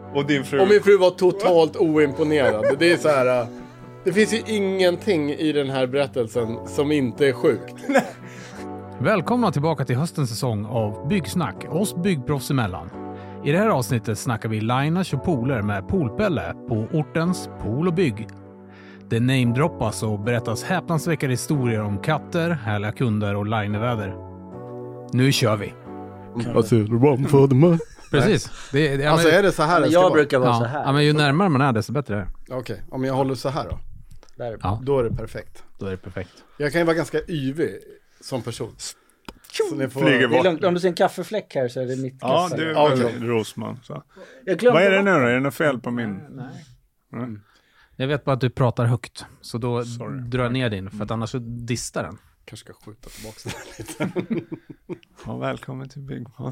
Och din fru? Och min fru var totalt oimponerad. Det är så här... Det finns ju ingenting i den här berättelsen som inte är sjukt. Välkomna tillbaka till höstens säsong av Byggsnack, oss byggproffs emellan. I det här avsnittet snackar vi liners och pooler med Poolpelle på ortens Pool och Bygg. Det namedroppas och berättas häpnadsväckande historier om katter, härliga kunder och linerväder. Nu kör vi! Precis. Alltså är det så här det ska jag vara? brukar vara så här. Ja, men ju närmare man är desto bättre. Okej, om jag håller så här då? Där. Ja. Då är det perfekt. Då är det perfekt. Jag kan ju vara ganska yvig som person. Så ni får... Flyger Det är bort. lugnt. Om du ser en kaffefläck här så är det mitt Ja, kassa. du Ja, är okej. Rosman. Så. Jag glömde Vad är det nu då? Är det något fel på min? Nej. Jag vet bara att du pratar högt. Så då Sorry. drar jag ner din. För att annars så distar den. Kanske ska skjuta tillbaka den lite. Ja, välkommen till Byggman.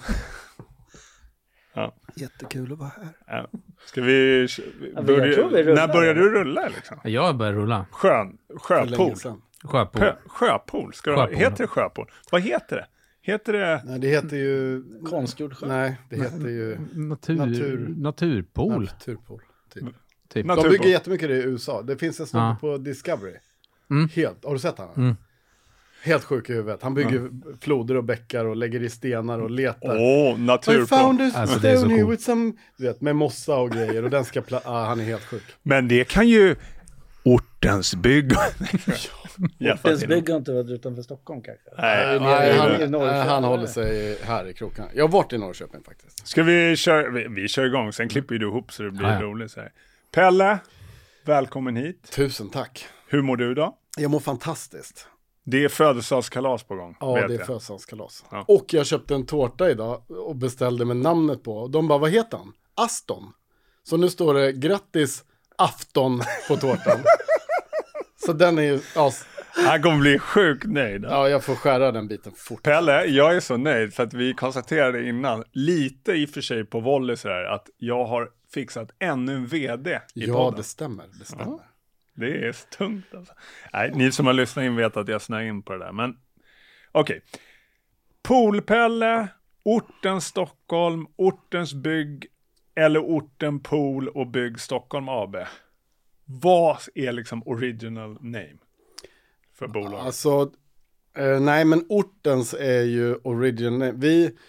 Ja. Jättekul att vara här. Ja. Ska vi jag tror vi rullar. när börjar du rulla liksom? Jag börjar rulla. För Sjöpool. länge sedan. Sjöpool. Sjöpool. Sjöpool. Heter det sjöpool? Vad heter det? Heter det Nej, det heter ju... Konstgjord sjö. Nej, det heter ju... Natur- Naturpool. Naturpool. Typ. Typ. Naturpool. De bygger jättemycket det i USA. Det finns en snubbe Ja. på Discovery. Mm. Helt. Har du sett han? Mm. Helt sjuk i huvudet. Han bygger floder och bäckar och lägger i stenar och letar. I naturpool. found a Alltså, det är så stone here coolt. with some... Du vet, med mossa och grejer. Och den ska... han är helt sjuk. Men det kan ju ortens bygg. Ortens bygg har inte varit utanför Stockholm kanske. Nej, Han håller sig här i krokarna. Jag har varit i Norrköping faktiskt. Ska vi köra? Vi kör igång. Sen klipper ju du ihop så det blir Ja. roligt. Så här. Pelle, välkommen hit. Tusen tack. Hur mår du då? Jag mår fantastiskt. Det är födelsedagskalas på gång. Ja, vet det är jag. födelsedagskalas. Ja. Och jag köpte en tårta idag och beställde med namnet på. Och de bara, vad heter han? Aston. Så nu står det grattis afton på tårtan. Så den är ju... Han kommer bli sjukt nöjd. Ja, jag får skära den biten fort. Pelle, jag är så nöjd för att vi konstaterade innan, lite i och för sig på volley sådär, att jag har fixat ännu en vd i Ja, podden. det stämmer. Det stämmer. Det är tungt alltså. Nej, ni som har lyssnat in vet att jag snöar in på det där. Men okej. Poolpelle, orten Stockholm, ortens bygg eller orten Pool och Bygg Stockholm AB. Vad är liksom original name för bolaget? Alltså, nej men ortens är ju original.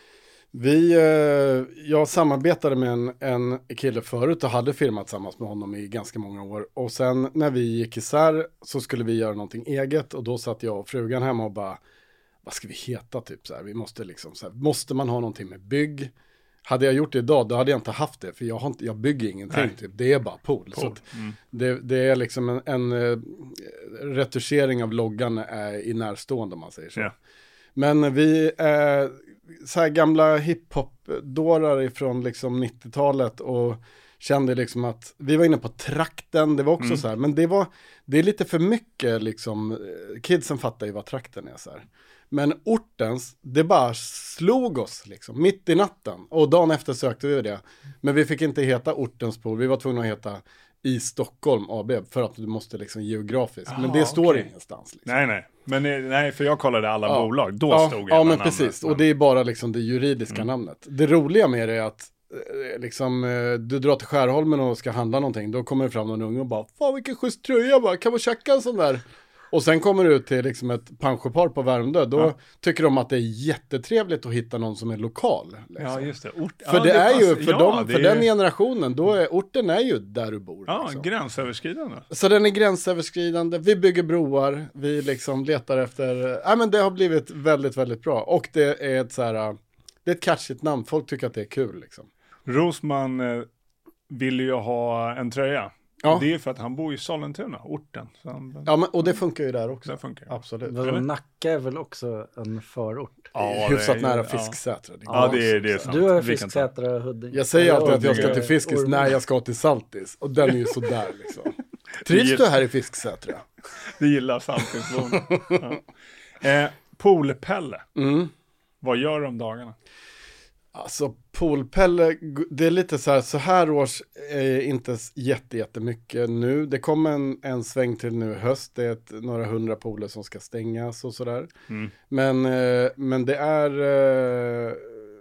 Jag samarbetade med en kille förut och hade firmat tillsammans med honom i ganska många år. Och sen när vi gick isär så skulle vi göra någonting eget. Och då satt jag och frugan hemma och bara, vad ska vi heta typ så här? Vi måste liksom så här, måste man ha någonting med bygg? Hade jag gjort det idag, då hade jag inte haft det. För jag bygger ingenting, typ. Det är bara pool. Så att det är liksom en retuschering av loggan är i närstående, om man säger så. Ja. Men vi är så här gamla hiphop-dårar ifrån liksom 90-talet och kände liksom att vi var inne på trakten, det var också så här, men det är lite för mycket liksom, kidsen fattar ju vad trakten är så här. Men ortens, det bara slog oss liksom, mitt i natten. Och dagen efter sökte vi det. Men vi fick inte heta ortens pool. Vi var tvungna att heta i Stockholm AB. För att du måste liksom geografiskt. Men det står ingenstans. Liksom. Nej. Men nej, för jag kollade alla bolag. Då stod ja, men namnet. precis. Och det är bara liksom det juridiska namnet. Det roliga med det är att liksom, du drar till Skärholmen och ska handla någonting. Då kommer det fram någon unge och bara, fan vilken schysst tröja, bara, kan man checka en sån där? Och sen kommer du ut till liksom ett pensionpar på Värmdö. Då tycker de att det är jättetrevligt att hitta någon som är lokal. Liksom. Ja, just det. För det är ju, passar. för den generationen, då är orten är ju där du bor. Ja, liksom. gränsöverskridande. Så den är gränsöverskridande. Vi bygger broar. Vi liksom letar efter... men det har blivit väldigt, väldigt bra. Och det är ett så här... Det är ett catchigt namn. Folk tycker att det är kul liksom. Rosman vill ju ha en tröja. Ja. Det är för att han bor i Sollentuna, orten. Så han, Ja, men, och det funkar ju där också. det funkar. Absolut. Men Nacka är väl också en förort? Ja, Hyfsat det är- nära ja. Fisksätra. Ja, det är sant. Du har Vi kan ta- Fisksätra och Huddinge. Jag säger alltid att jag ska Huddinge. till Fiskis. Nej, jag ska till Saltis. Och den är ju sådär liksom. Trivs du här i Fisksätra? Det gillar Saltingsbon. Ja. Poolpelle. Vad gör du om dagarna? Alltså Poolpelle, det är lite så här års är inte jättemycket nu. Det kommer en sväng till nu i höst. Det är några 100 pooler som ska stängas och sådär. Men det är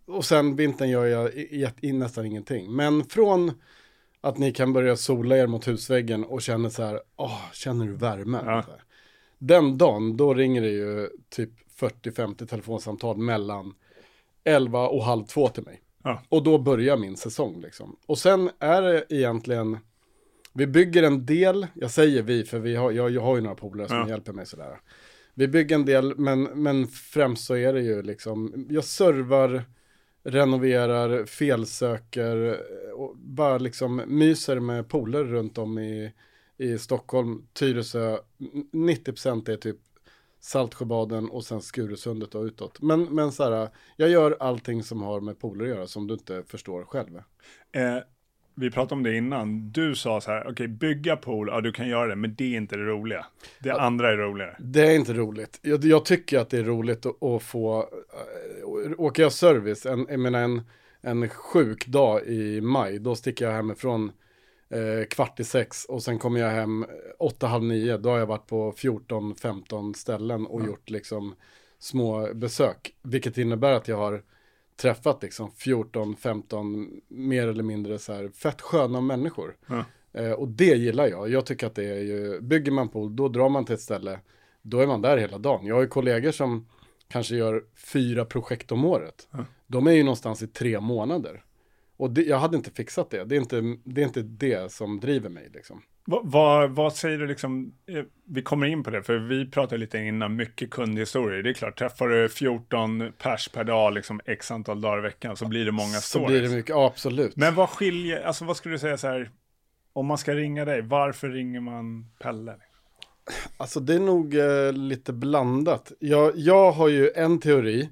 och sen vintern gör jag nästan ingenting. Men från att ni kan börja sola er mot husväggen och känner så här, känner du värmen? Ja. Den dagen, då ringer det ju typ 40-50 telefonsamtal mellan 11 och halv 2 till mig. Ja. Och då börjar min säsong liksom. Och sen är det egentligen, vi bygger en del, jag säger vi, för jag har ju några polare som hjälper mig sådär. Vi bygger en del, men främst så är det ju liksom, jag servar, renoverar, felsöker och bara liksom myser med polare runt om i Stockholm, Tyresö. 90% är typ Saltsjöbaden och sen Skurusundet och utåt. Men så här, jag gör allting som har med polare att göra som du inte förstår själv. Vi pratade om det innan. Du sa så här, okej, bygga pool, ja du kan göra det, men det är inte det roliga. Det andra är roligare. Det är inte roligt. Jag tycker att det är roligt att få, åker jag service, en sjuk dag i maj, då sticker jag hemifrån 5:45 och sen kommer jag hem 8:30, då har jag varit på 14-15 ställen och gjort liksom små besök, vilket innebär att jag har träffat liksom 14-15 mer eller mindre så här fett sköna människor. Och det gillar jag. Jag tycker att det är ju, bygger man pool, då drar man till ett ställe, då är man där hela dagen. Jag har ju kollegor som kanske gör 4 projekt om året. De är ju någonstans i 3 månader. Och jag hade inte fixat det. Det är inte det som driver mig liksom. Vad säger du liksom, vi kommer in på det, för vi pratade lite innan, mycket kundhistorier. Det är klart, träffar du 14 pers per dag, liksom x antal dagar i veckan, så blir det många stories. Så blir det mycket, ja, absolut. Men vad skiljer, alltså vad skulle du säga så här, om man ska ringa dig, varför ringer man Pelle? Alltså det är nog lite blandat. Jag har ju en teori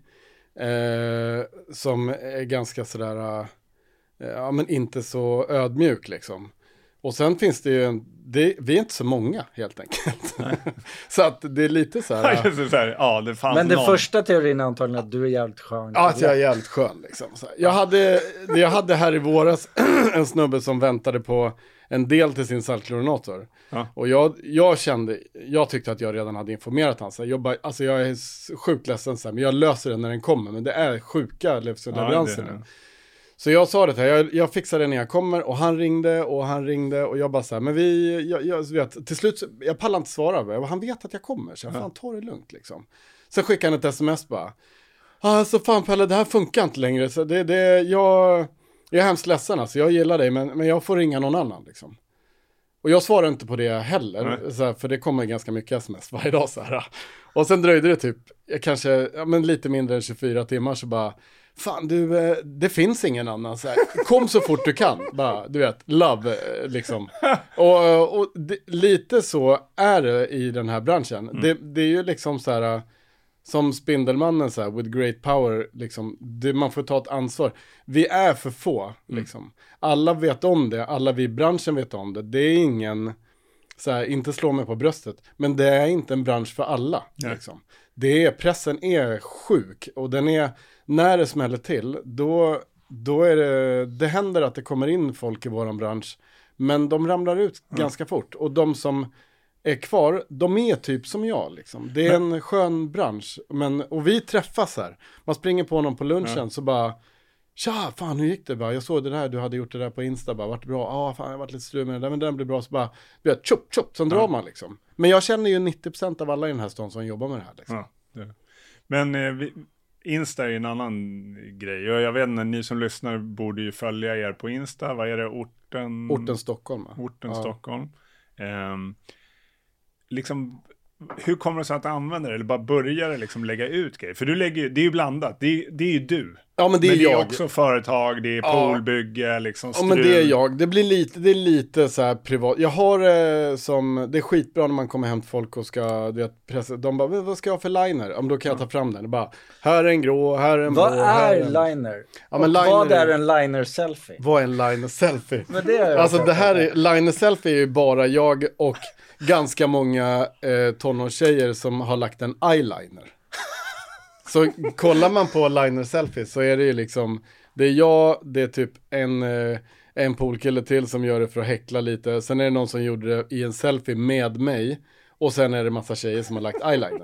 som är ganska sådär, men inte så ödmjuk liksom. Och sen finns det ju vi är inte så många helt enkelt. Så att det är lite så här. Det fanns men den första teorin är antagligen att du är jävligt skön. Ja, att jag är jävligt skön liksom. Så jag hade här i våras en snubbe som väntade på en del till sin saltklorenator. Ja. Och jag tyckte att jag redan hade informerat han. Så jag är sjukt ledsen så här, men jag löser det när den kommer. Men det är sjuka leveranser nu. Så jag sa det här, jag fixar det när jag kommer, och han ringde och jag bara så här, men jag vet, till slut, jag pallar inte svara, han vet att jag kommer, så jag fan ta det lugnt liksom. Sen skickade han ett sms bara, alltså fan Pelle, det här funkar inte längre, så jag är hemskt ledsen alltså, jag gillar dig, men jag får ringa någon annan liksom. Och jag svarar inte på det heller, så här, för det kommer ganska mycket sms varje dag så här. Och sen dröjde det typ, kanske lite mindre än 24 timmar, så bara, fan du, det finns ingen annan så här. Kom så fort du kan, bara, du vet, love liksom. Och lite så är det i den här branschen. Det är ju liksom så här, som Spindelmannen så här, with great power liksom, man får ta ett ansvar. Vi är för få liksom. Alla vet om det, alla vi i branschen vet om det. Det är ingen så här, inte slå mig på bröstet, men det är inte en bransch för alla liksom. Pressen är sjuk, och den är, när det smäller till, då är det händer att det kommer in folk i våran bransch, men de ramlar ut ganska fort, och de som är kvar, de är typ som jag liksom. Det är en skön bransch, och vi träffas här, man springer på någon på lunchen, så bara, tja, fan hur gick det? Bara, jag såg det där, du hade gjort det där på Insta, bara, vart det bra? Fan jag har varit lite strul med det där, men den blir bra, så bara, du vet, tjopp, sen drar man liksom. Men jag känner ju 90% av alla i den här stan som jobbar med det här liksom. Men Insta är en annan grej. Jag vet inte, ni som lyssnar borde ju följa er på Insta. Vad är det? Orten Stockholm. Stockholm. Liksom, hur kommer det sig att du använder det? Eller bara börjar liksom lägga ut grejer? För det är ju blandat. Det är ju du. Ja, men det är är också företag, det är poolbygge, liksom strul. Ja, men det är jag. Det är lite så här privat. Jag har det är skitbra när man kommer hem till folk och ska, du vet, pressa. De bara, vad ska jag ha för liner? Ja, men då kan jag ta fram den. Bara, här är en grå, här är en blå. Vad är liner? Ja, men liner, vad är en liner-selfie? Vad är en liner-selfie? Men det är alltså det här liner-selfie är ju bara jag och ganska många tonårstjejer som har lagt en eyeliner. Så kollar man på liner selfie så är det ju liksom, det är jag, det är typ en poolkille till som gör det för att häckla lite. Sen är det någon som gjorde det i en selfie med mig. Och sen är det massa tjejer som har lagt eyeliner.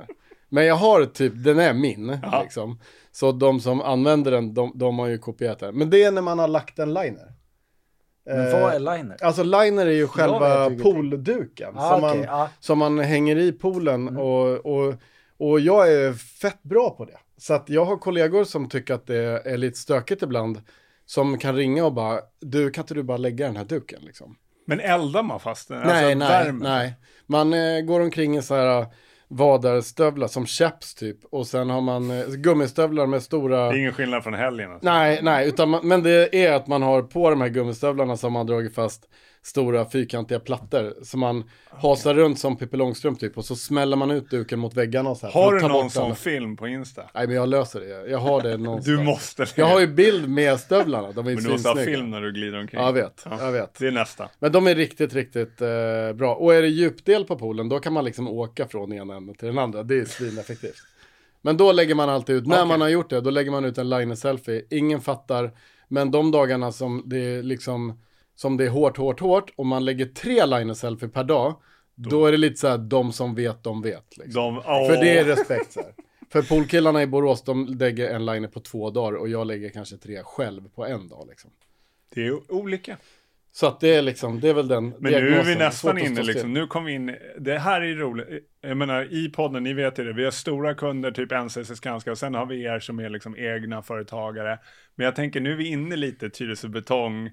Men jag har typ, den är min liksom. Så de som använder den, de har ju kopierat den. Men det är när man har lagt en liner. Men vad är liner? Alltså liner är ju själva poolduken som man hänger i poolen och jag är fett bra på det. Så att jag har kollegor som tycker att det är lite stökigt ibland som kan ringa och bara, kan inte du bara lägga den här duken liksom. Men eldar man fast den? Nej. Man går omkring i så här vadarstövlar som chaps typ. Och sen har man gummistövlar med stora... Det är ingen skillnad från helgen. Alltså. Nej, men det är att man har på de här gummistövlarna som man dragit fast stora fyrkantiga plattor. Som man hasar runt som Pippi Långstrump typ. Och så smäller man ut duken mot väggarna och så här. Har du någon sån film på Insta? Nej, men jag löser det. Jag har det någonstans. Du måste det. Jag har ju bild med stövlarna. De är men du måste ha film när du glider omkring. Jag vet. Det är nästa. Men de är riktigt, riktigt bra. Och är det djupdel på poolen, då kan man liksom åka från ena änden till den andra. Det är svineffektivt. Men då lägger man alltid ut, när man har gjort det, då lägger man ut en liner-selfie. Ingen fattar, men de dagarna som det är liksom, som det är hårt, och man lägger 3 liner-selfie per dag, då är det lite så här, de som vet, de vet. Liksom. För det är respekt så här. För poolkillarna i Borås, de lägger en liner på 2 dagar, och jag lägger kanske 3 själv på en dag liksom. Det är ju olika. Så att det är liksom, det är väl den. Men nu är vi nästan inne liksom, nu kom vi in, det här är roligt, jag menar i podden, ni vet ju det, vi har stora kunder, typ NCC Skanska, och sen har vi er som är liksom egna företagare, men jag tänker nu är vi inne lite Tyresö Betong,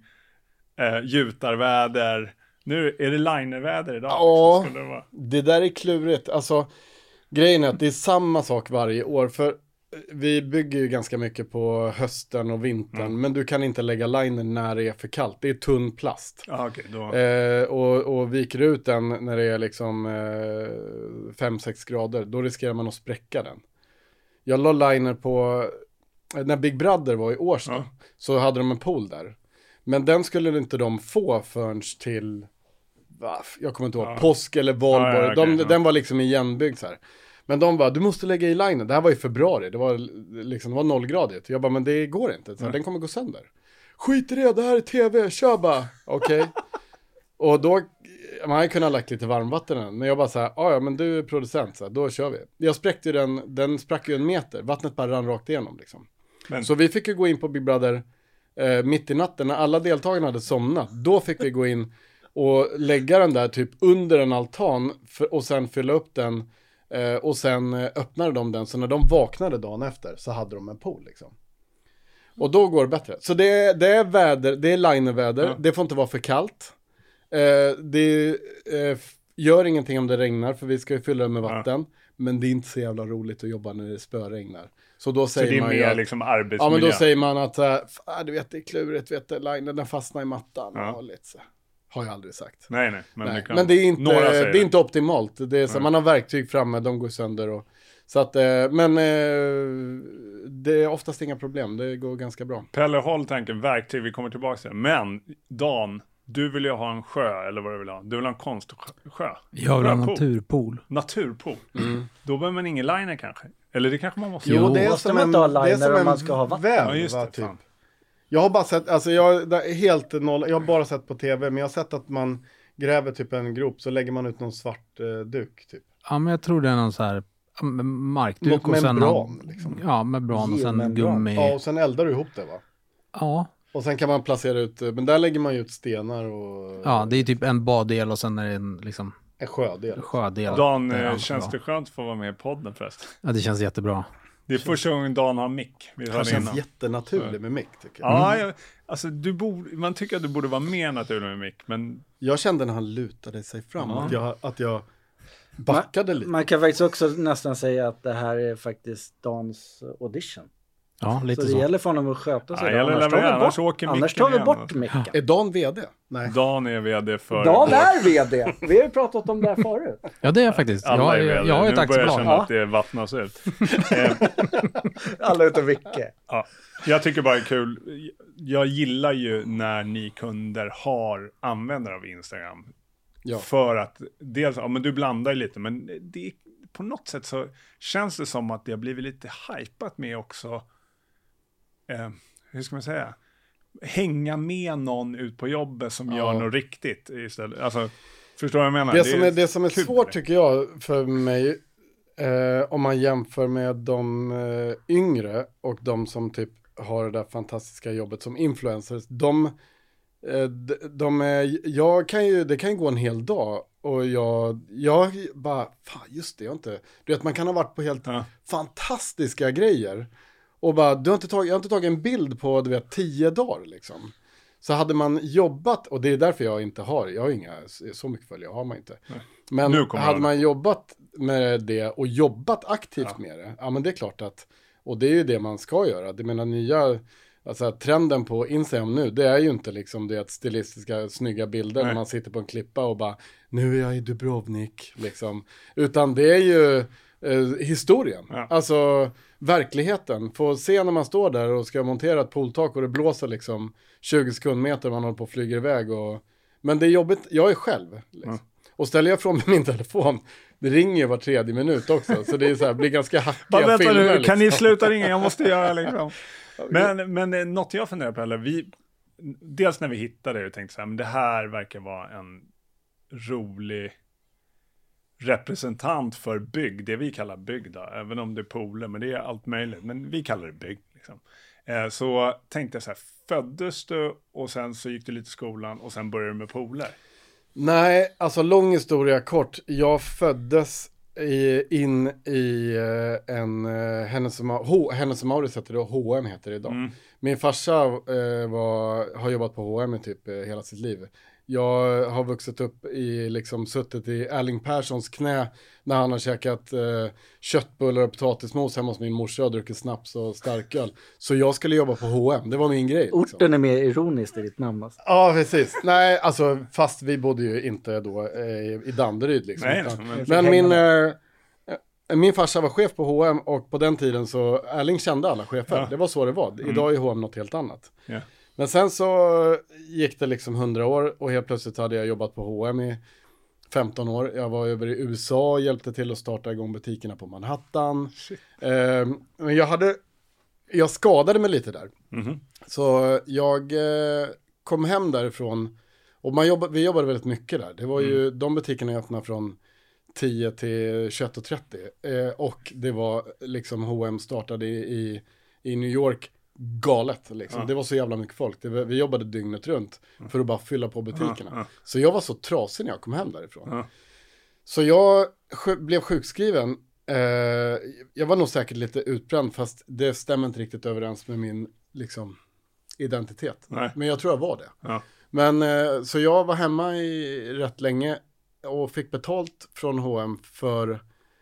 gjutarväder, nu är det linerväder idag. Ja, liksom, det där är klurigt, alltså grejen är att det är samma sak varje år, för vi bygger ju ganska mycket på hösten och vintern, men du kan inte lägga liner när det är för kallt. Det är tunn plast. Och viker ut den när det är liksom 5-6 grader, då riskerar man att spräcka den. Jag la liner på, när Big Brother var i Årsta, så hade de en pool där. Men den skulle inte de få förrän till, jag kommer inte ihåg, påsk eller valborg. Den var liksom igenbyggd så här. Men de bara, du måste lägga i liner. Det här var i februari. Det var 0-gradigt. Jag bara, men det går inte. Så den kommer gå sönder. Skit i det här är tv. Kör bara. Okej. Och då, man hade kunnat lagt lite varmvatten än. Men jag bara så här, ja men du är producent. Så här, då kör vi. Jag spräckte ju den sprack ju 1 meter. Vattnet bara rann rakt igenom liksom. Så vi fick ju gå in på Big Brother mitt i natten. När alla deltagarna hade somnat. Då fick vi gå in och lägga den där typ under en altan. Och sen fylla upp den. Och sen öppnade de den. Så när de vaknade dagen efter så hade de en pool liksom. Och då går det bättre. Så det är väder, det är linerväder. Det får inte vara för kallt. Det gör ingenting om det regnar, för vi ska ju fylla det med vatten. Men det är inte så jävla roligt att jobba när det spöregnar. Så då säger det är man mer liksom arbetsmiljö. Ja, men då säger man att du vet, det är klurigt, vet du, linen den fastnar i mattan och lite så. Har jag aldrig sagt. Nej. Men det är inte optimalt. Det är så, man har verktyg framme, de går sönder. Och, så att, men det är oftast inga problem. Det går ganska bra. Pelle, håll tanken, verktyg, vi kommer tillbaka till det. Men, Dan, du vill ju ha en sjö, eller vad du vill ha. Du vill ha en konstsjö. Jag vill ha en naturpool. Naturpool. Då behöver man ingen liner kanske. Eller det kanske man måste. Jo, det är måste som man inte ha liner det är som om en man ska ha vatten. Väv, Ja, just det, typ. fan. Jag har bara sett, alltså jag har bara sett på tv, men jag har sett att man gräver typ en grop, så lägger man ut någon svart duk typ. Ja, men jag tror det är någon så här markduk. Något med membran liksom. Ja, membran och sen gummi. Ja, och sen eldar du ihop det va? Ja. Och sen kan man placera ut, men där lägger man ju ut stenar och... Ja, det är typ en baddel och sen är det en liksom... En sjödel. Dan, känns det skönt att få vara med i podden förresten? Ja, det känns jättebra. Det är första gången Dan har mick. Det känns jättenaturligt med mick tycker jag. Ja, alltså man tycker att du borde vara mer naturlig med mick, men... Jag kände när han lutade sig fram att jag backade lite. Man kan faktiskt också nästan säga att det här är faktiskt Dans audition. Ja, lite så. Så det gäller för honom att sköta sig. Annars tar vi bort micken. Är Dan vd? Nej. Dan är vd för... Dan är vd. Vi har ju pratat om det här förut. Ja, det är faktiskt. Jag har ett aktiebolag. Nu börjar jag känna att det vattnas ut. Alla utom Vicke. Ja. Jag tycker bara det är kul. Jag gillar ju när ni kunder har användare av Instagram. Ja. För att dels, men du blandar ju lite, men det, på något sätt så känns det som att det har blivit lite hypat med också, hur ska man säga, hänga med någon ut på jobbet som gör något riktigt istället. Alltså, förstår vad jag menar? Det som är svårt tycker jag för mig Om man jämför med de yngre och de som typ har det där fantastiska jobbet som influencers, det kan ju gå en hel dag och jag bara, fan just det, du vet, man kan ha varit på helt fantastiska grejer och bara, jag har inte tagit en bild på, du vet, 10 dagar liksom. Så hade man jobbat, och det är därför jag har inga, så mycket följare har man inte. Nej. Men hade man jobbat med det och jobbat aktivt med det, ja men det är klart att, och det är ju det man ska göra. Det menar alltså trenden på Instagram nu, det är ju inte liksom det stilistiska snygga bilder när man sitter på en klippa och bara, nu är jag i Dubrovnik liksom. Utan det är ju historien. Ja. Alltså verkligheten. Få se när man står där och ska montera ett pooltak och det blåser liksom 20 sekundmeter, man håller på och flyger iväg. Men det är jobbigt, jag är själv. Liksom. Ja. Och ställer jag från min telefon, det ringer ju var 3:e minut också. Så det är så här, blir ganska hackiga filmer. Nu, liksom. Kan ni sluta ringa? Jag måste göra liksom. Men något jag funderar på, eller dels när vi hittade det och tänkte så här, men det här verkar vara en rolig representant för bygg, det vi kallar bygg då, även om det är pooler, men det är allt möjligt, men vi kallar det bygg liksom. Så tänkte jag så här, föddes du och sen så gick du lite i skolan och sen började du med pooler? Nej, alltså lång historia kort, jag föddes in i en Hennes & Mauritz heter det och H&M heter det idag. Min farsa har jobbat på H&M i typ hela sitt liv. Jag har vuxit upp suttit i Erling Perssons knä när han har käkat köttbullar och potatismos hemma hos min morsa och druckit snaps och starköl. Så jag skulle jobba på H&M, det var min grej. Liksom. Orten är mer ironiskt i ditt namn alltså. Ja, precis. Nej, alltså fast vi bodde ju inte då i Danderyd liksom. Nej, men min farsa var chef på H&M och på den tiden så Erling kände alla chefer. Ja. Det var så det var. Idag är H&M något helt annat. Ja. Men sen så gick det liksom 100 år och helt plötsligt hade jag jobbat på H&M i 15 år. Jag var över i USA och hjälpte till att starta igång butikerna på Manhattan. Men jag skadade mig lite där. Mm-hmm. Så jag kom hem därifrån och vi jobbade väldigt mycket där. Det var ju de butikerna öppnade från 10 till 21:30 och det var liksom H&M startade i New York. Galet liksom. Ja. Det var så jävla mycket folk. Vi jobbade dygnet runt för att bara fylla på butikerna. Ja. Så jag var så trasig när jag kom hem därifrån. Ja. Så jag blev sjukskriven. Jag var nog säkert lite utbränd fast det stämmer inte riktigt överens med min liksom, identitet. Nej. Men jag tror jag var det. Ja. Men så jag var hemma i rätt länge och fick betalt från H&M för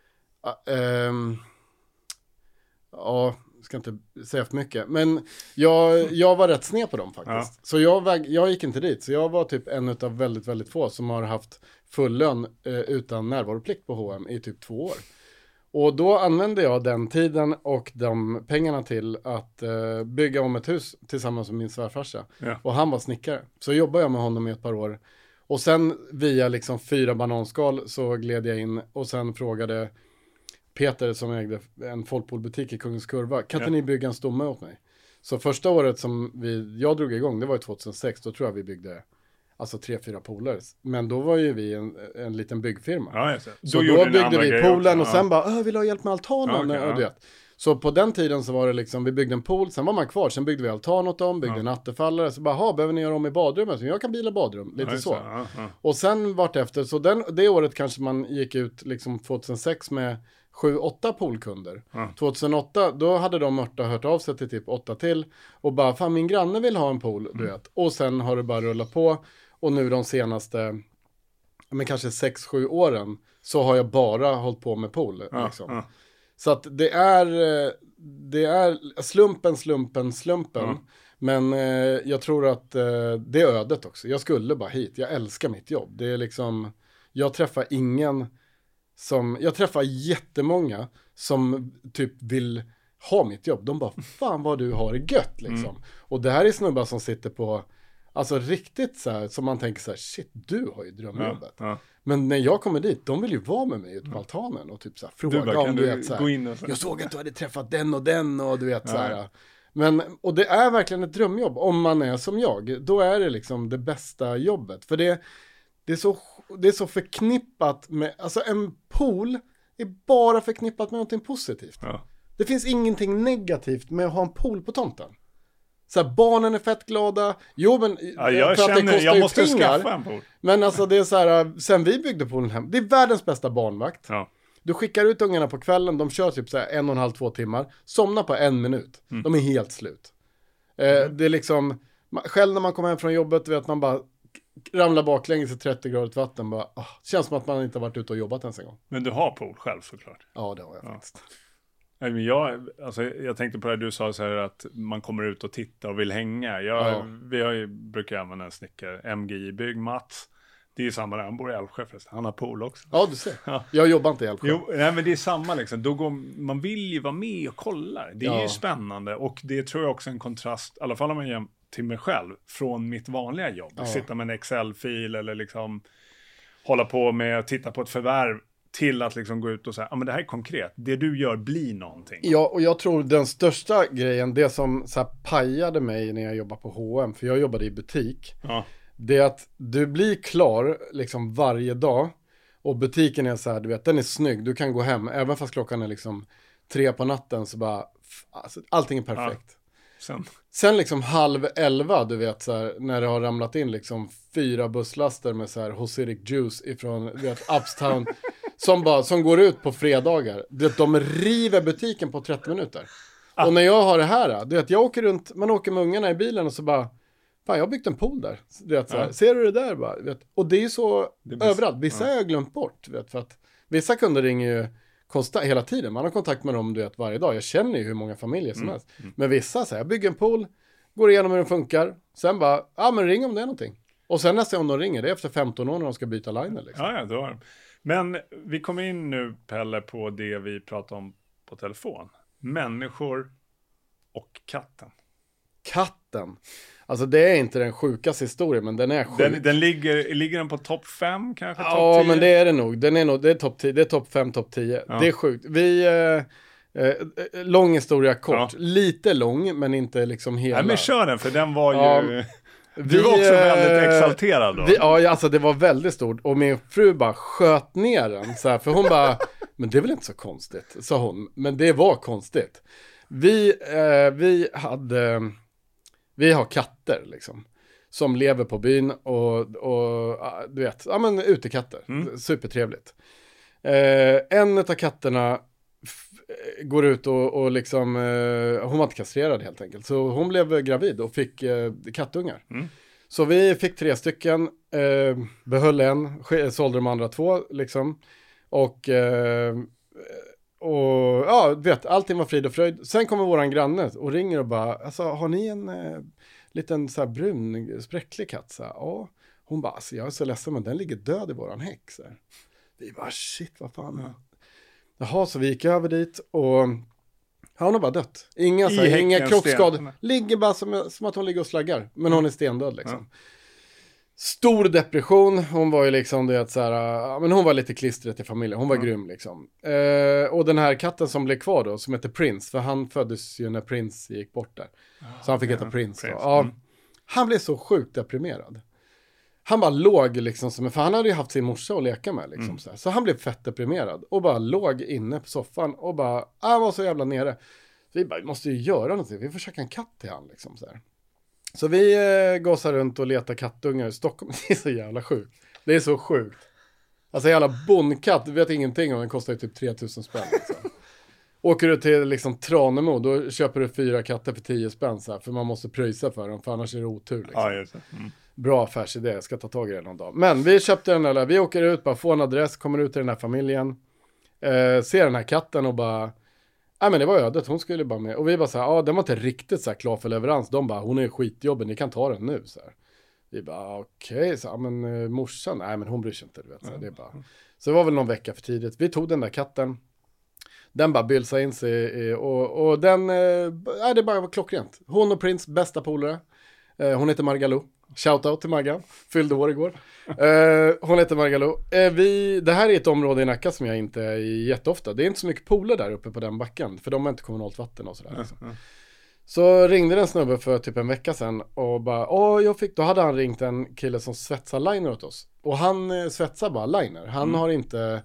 ska inte säga för mycket. Men jag var rätt sned på dem faktiskt. Ja. Så jag gick inte dit. Så jag var typ en av väldigt, väldigt få som har haft full lön utan närvaroplikt på H&M i typ 2 år. Och då använde jag den tiden och de pengarna till att bygga om ett hus tillsammans med min svärfarsa. Ja. Och han var snickare. Så jobbade jag med honom i ett par år. Och sen via liksom 4 bananskal så gled jag in och sen frågade Peter som ägde en folkpoolbutik i Kungens Kurva. Kan inte ni bygga en stomme åt mig? Så första året som jag drog igång, det var 2006. Då tror jag vi byggde alltså 3-4 pooler. Men då var ju vi en liten byggfirma. Ja, så då byggde vi poolen och sen bara, vill du ha hjälp med altanen? Ja, okay, vet. Så på den tiden så var det liksom, vi byggde en pool, sen var man kvar, sen byggde vi altan åt dem, byggde en attefallare, så bara, behöver ni göra om i badrummet? Så jag kan bila badrum, lite så. Och sen vart efter, så det året kanske man gick ut liksom 2006 med 7-8 poolkunder. 2008, då hade de hört av sig till typ 8 till och bara, fan min granne vill ha en pool, du vet. Och sen har det bara rullat på och nu de senaste, men kanske 6-7 åren så har jag bara hållit på med pool liksom. Så att det är slumpen. Men jag tror att det är ödet också. Jag skulle bara hit. Jag älskar mitt jobb. Det är liksom, jag träffar jättemånga som typ vill ha mitt jobb. De bara, fan vad du har det gött liksom. Och det här är snubbar som sitter på, alltså riktigt så här, som man tänker så här, shit, du har ju drömjobbet. Men när jag kommer dit, de vill ju vara med mig ute på altanen och typ så här, fråga bara, om du vet så här, gå in och så. Jag såg att du hade träffat den och du vet så här. Men, och det är verkligen ett drömjobb om man är som jag. Då är det liksom det bästa jobbet. För det är så förknippat med, alltså en pool är bara förknippat med någonting positivt. Ja. Det finns ingenting negativt med att ha en pool på tomten. Så här, barnen är fett glada. Jo, men Jag för att det känner, kostar jag ju måste pengar. skaffa en pool. Men alltså det är så här, sen vi byggde poolen hem, det är världens bästa barnvakt. Ja. Du skickar ut ungarna på kvällen, de kör typ så här 1,5-2 timmar, somnar på 1 minut. De är helt slut. Det är liksom, själv när man kommer hem från jobbet, vet man bara ramlar baklänges i 30 grader vatten, bara, känns som att man inte har varit ute och jobbat ens en gång. Men du har pool själv såklart. Ja, det har jag faktiskt. Nej, men jag tänkte på det du sa så här att man kommer ut och tittar och vill hänga. Vi har ju, brukar använda en snickare, MGI Bygg, Mats. Det är ju samma där, han bor i Älvsjö förresten. Han har pool också. Ja, du ser. Ja. Jag jobbar inte i Älvsjö. Jo, nej, men det är samma liksom. Man vill ju vara med och kolla. Det är ju spännande och det tror jag också är en kontrast, i alla fall om man jämför till mig själv, från mitt vanliga jobb. Sitta med en Excel-fil eller liksom hålla på med att titta på ett förvärv till att liksom gå ut och säga, men det här är konkret. Det du gör blir någonting. Ja, och jag tror den största grejen, det som så här pajade mig när jag jobbade på H&M, för jag jobbade i butik. Ja. Det är att du blir klar liksom varje dag och butiken är så här, du vet, den är snygg. Du kan gå hem, även fast klockan är liksom 3 på natten så bara, alltså, allting är perfekt. Ja. Sen liksom 10:30, du vet, så här, när det har ramlat in liksom 4 busslaster med så här Hosidic juice ifrån, du vet, Upstown som går ut på fredagar. De river butiken på 30 minuter. Och när jag har det här, du vet, jag åker runt, man åker med ungarna i bilen och så bara, fan, jag har byggt en pool där. Du vet, så här, ser du det där? Bara, vet, och det är ju så överallt. Vissa har jag glömt bort, vet, för att vissa kunder ringer ju hela tiden. Man har kontakt med dem, du vet, varje dag. Jag känner ju hur många familjer som helst. Men vissa säger, jag bygger en pool, går igenom hur den funkar. Sen bara, men ring om det är någonting. Och sen nästa gång de ringer, det är efter 15 år när de ska byta liner. Liksom. Ja, då har de. Men vi kommer in nu, Pelle, på det vi pratade om på telefon. Människor och katten. Katten. Alltså det är inte den sjukaste historien, men den är sjuk. Den ligger den på topp 5 kanske? Ja, men det är det nog. Det är topp 10, det är topp 5, topp 10. Ja. Det är sjukt. Lång historia kort. Ja. Lite lång, men inte liksom hela. Nej, men kör den, för den var ju... Du var också väldigt exalterad då. Alltså det var väldigt stort. Och min fru bara sköt ner den. Så här, för hon bara, men det är väl inte så konstigt, sa hon. Men det var konstigt. Vi har katter liksom. Som lever på byn och du vet, utekatter. Supertrevligt. En av katterna går ut och liksom, hon var inte kastrerad helt enkelt. Så hon blev gravid och fick kattungar. Så vi fick 3 stycken, behöll en, sålde de andra 2 liksom. Och ja, vet, allting var frid och fröjd. Sen kommer våran granne och ringer och bara, alltså, har ni en liten så här brun spräcklig katt? Så här, ja. Hon bara, alltså, jag är så ledsen, men den ligger död i våran häck. Så här. Vi bara, shit, vad fan. Jaha, så vi gick över dit och hon har bara dött. Inga kroppsskador. Ligger bara som att hon ligger och slaggar. Men hon är stendöd liksom. Stor depression. Hon var ju liksom det så här, men hon var lite klistret i familjen. Hon var grym liksom. Och den här katten som blev kvar då, som heter Prince, för han föddes ju när Prince gick bort där. Så han fick heta Prince. Ja, han blev så sjukt deprimerad. Han bara låg liksom, för han hade ju haft sin morsa att leka med liksom, så han blev fett deprimerad och bara låg inne på soffan och bara, han var så jävla nere. Vi bara, måste ju göra någonting, vi får försöka en katt till han liksom så här. Så vi gossar runt och letar kattungar i Stockholm. Det är så jävla sjukt. Det är så sjukt. Alltså jävla bondkatt, du vet ingenting om, den kostar ju typ 3000 spänn liksom. Åker du till liksom Tranemo, då köper du 4 katter för 10 spänn så här, för man måste pröjsa för dem, för annars är det otur liksom. Ja, just det. Bra affärsidé, jag ska ta tag i det någon dag. Men vi köpte den där, vi åker ut, bara får en adress, kommer ut till den här familjen. Ser den här katten och bara, men det var ödet, hon skulle bara med. Och vi bara så här, den var inte riktigt så här klar för leverans. De bara, hon är skitjobben, ni kan ta den nu så här. Vi bara, okej, så men morsan, nej men hon bryr sig inte, du vet. Så, det är bara. Så det var väl någon vecka för tidigt. Vi tog den där katten. Den bara bylsade in sig och den, det bara var klockrent. Hon och Prince, bästa polare. Hon heter Margaloo. Shoutout till Magga. Fyllde år igår. Hon heter Margaloo. Det här är ett område i Nacka som jag inte är i jätteofta. Det är inte så mycket pooler där uppe på den backen. För de har inte kommunalt vatten och sådär. Liksom. Så ringde den snubbe för typ en vecka sedan. Och bara, då hade han ringt en kille som svetsar liner åt oss. Och han svetsar bara liner. Han har inte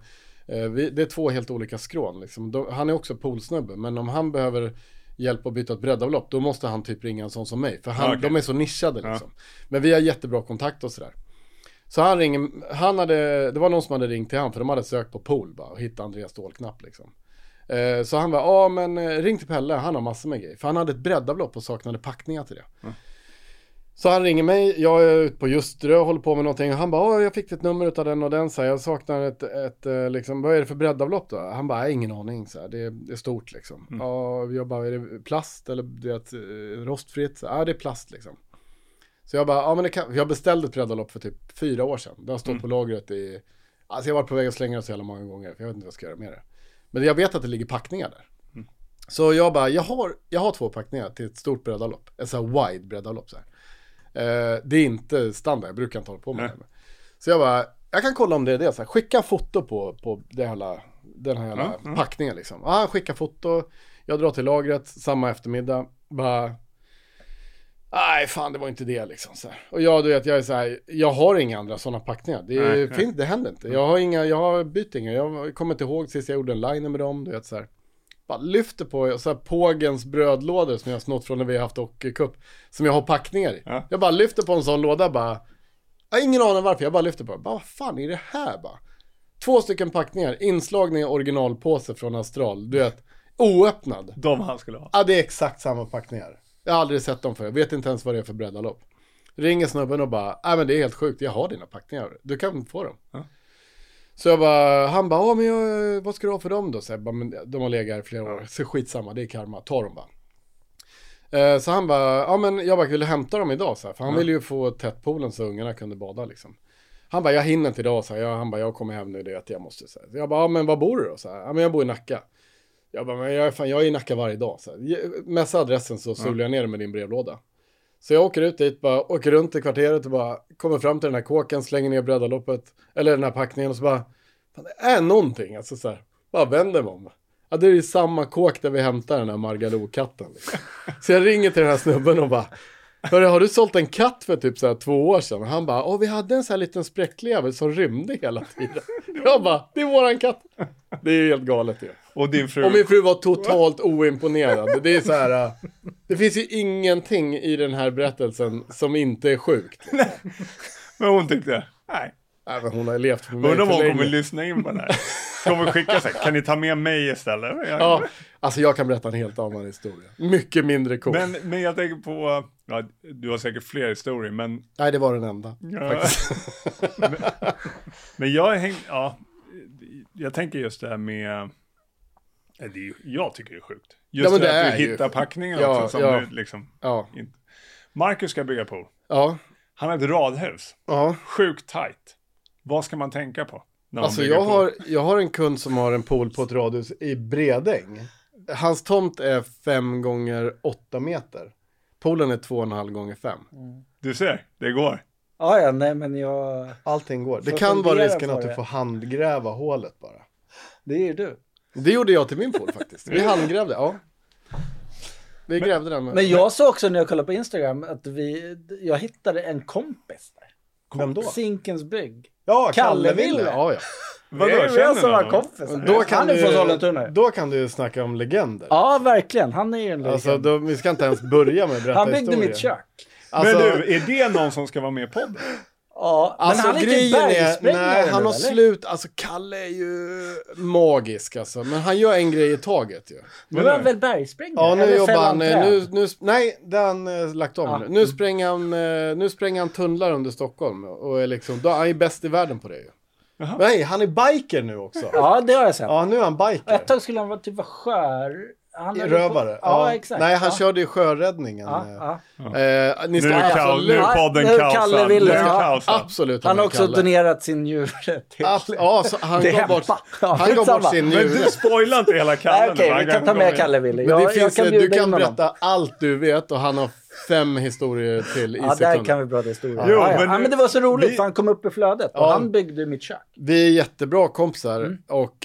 Det är 2 helt olika skrån. Liksom. Han är också poolsnubbe, men om han behöver hjälp att byta ett breddavlopp, då måste han typ ringa en sån som mig. För de är så nischade liksom. Men vi har jättebra kontakt och sådär. Så han ringer, det var någon som hade ringt till han, för de hade sökt på pool bara, och hittat Andreas stålknapp liksom. Så han var, men ring till Pelle, han har massor med grejer. För han hade ett breddavlopp och saknade packningar till det. Så han ringer mig, jag är ute på Juströ och håller på med någonting. Och han bara, jag fick ett nummer av den och den. Så jag saknar ett liksom, vad är det för breddavlopp då? Han bara, ingen aning. Så här, det är stort liksom. Ja, jag bara, är det plast eller det är rostfritt? Så, ja, det är plast liksom. Så jag bara, ja men jag beställde ett breddavlopp för typ 4 år sedan. Det har stått på lagret i, alltså jag har varit på väg att slänga det så jävla många gånger. För jag vet inte vad jag ska göra med det. Men jag vet att det ligger packningar där. Så jag bara, jag har 2 packningar till ett stort breddavlopp. Ett så här wide breddavlopp så här. Det är inte standard, jag brukar inte hålla på med det. Så jag bara, jag kan kolla om det är det. Så här, skicka foto på den här packningen liksom. Skicka foto, jag drar till lagret samma eftermiddag. Bara, nej fan det var inte det liksom. Så här. Och jag är så här, jag har inga andra sådana packningar. Det händer inte. Jag har bytt inga. Jag kommer inte ihåg sist jag gjorde en liner med dem. Du vet så här. Bara lyfter på så här Pågens brödlådor som jag har snott från när vi har haft hockeycup, som jag har packningar i. Jag bara lyfter på en sån låda bara. Jag har ingen aning varför, jag bara lyfter på det. Bara, vad fan är det här bara? 2 stycken packningar, inslagna i originalpåse från Astral. Du vet, oöppnad. De han skulle ha. Ja, det är exakt samma packningar. Jag har aldrig sett dem för. Jag vet inte ens vad det är för breddalopp. Ringer snubben och bara, nej men det är helt sjukt, jag har dina packningar. Du kan få dem. Så jag bara, han bara, men vad ska du ha för dem då? Så jag bara, men de har legat här i flera år. Så skitsamma, det är karma, ta dem bara. Så han bara, men jag bara ville hämta dem idag. Så här, för han ville ju få tätt poolen så ungarna kunde bada liksom. Han bara, jag hinner inte idag. Så här, han bara, jag kommer hem nu, det är att jag måste. Så jag bara, men var bor du då? Så här, men jag bor i Nacka. Jag bara, men jag är i Nacka varje dag. Så här, mässa adressen så sular jag ner med din brevlåda. Så jag åker ut dit, bara åker runt i kvarteret och bara kommer fram till den här kåken, slänger ner breddaloppet, eller den här packningen och så bara, fan, det är någonting, alltså så här, bara vänder mig om. Ja, det är ju samma kåk där vi hämtar den här Margaloo-katten. Liksom. Så jag ringer till den här snubben och bara, har du sålt en katt för typ så här 2 år sedan? Och han bara, vi hade en så här liten spräcklever som rymde hela tiden. Jag bara, det är våran katt. Det är ju helt galet ju. Och din fru? Och min fru var totalt oimponerad. Det är så här, det finns ju ingenting i den här berättelsen som inte är sjukt. Men hon tyckte, nej. Men hon har levt med mig undrar för om hon länge. kommer lyssna in på det här. Kommer skicka sig, kan ni ta med mig istället? Ja, alltså jag kan berätta en helt annan historia. Mycket mindre cool. Men jag tänker på, ja, du har säkert fler historier, men... Nej, det var den enda. Ja. men jag tänker just det här med... Jag tycker det är sjukt. Just men det att du hittar packningen också som du liksom... Ja. Inte. Marcus ska bygga pool. Ja. Han har ett radhus. Ja. Sjukt tight. Vad ska man tänka på? Alltså jag har en kund som har en pool på ett radhus i Bredäng. Hans tomt är 5 gånger 8 meter. Poolen är 2,5 gånger 5. Du ser, det går. Ja, nej men allting går. Det kan vara risken att du får handgräva hålet bara. Det är ju du. Det gjorde jag till min pool faktiskt. Vi handgrävde, ja. Vi grävde den. Men jag såg också när jag kollade på Instagram att jag hittade en kompis där. Vem då? Zinkens bygg. Ja, Kalle Ville. Ja. Vadå, Det är som var kompisar. Då kan du snacka om legender. Ja, verkligen. Han är ju en legend. Alltså, vi ska inte ens börja med att berätta Han byggde historien. mitt kök. Alltså, men du, är det någon som ska vara med på podden? Ja, alltså, men han är inte bergsprängare. Nej, han har eller? slut. Alltså, Kalle är ju magisk alltså. Men han gör en grej i taget ju. Nu är han väl bergsprängare? Ja, nu eller jobbar han. Nej, det har han lagt om Ja. nu. Nu spränger han tunnlar under Stockholm. Och är liksom, då är han ju bäst i världen på det ju. Jaha. Nej, han är biker nu också. Ja, det har jag sett. Ja, nu är han biker. Ett tag skulle han vara typ Rövare. Ja, exakt. Nej, han körde ju sjöräddningen. Ni ska Nu är podden kaosad. Kalle Ville. Absolut. Han har också donerat sin njure till... Ja, så han gav bort sin njure. Men du spoilar inte hela Kalle. Nej, okej, vi kan ta med Kalle Ville. Men det finns, du kan in berätta allt du vet och han har 5 historier till i Ja, sekunder. där kan vi prata historier. Jo, men det var så roligt för han kom upp i flödet och han byggde mitt kök. Vi är jättebra kompisar och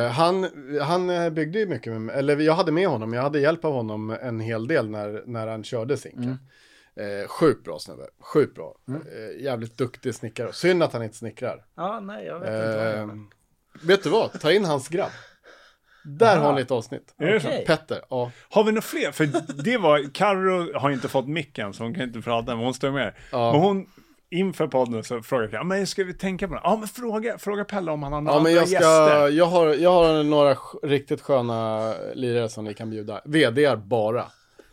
han byggde ju mycket med mig. Eller jag hade med honom, jag hade hjälp av honom en hel del när han körde sinken. Sjukt bra snubbe, sjukt bra. Jävligt duktig snickare. Synd att han inte snickrar. Ja, nej, jag vet inte. vet du vad? Ta in hans grabb. Där har ni ett avsnitt. Är det så? Petter, ja. Har vi några fler? För det var, Karo har inte fått micken så hon kan inte prata, men hon står med. Ja. Men hon, inför podden så frågade jag, men ska vi tänka på det? Ja, men fråga Pelle om han har några Ja, men andra gäster. jag har några riktigt sköna lirare som ni kan bjuda. VD:ar bara.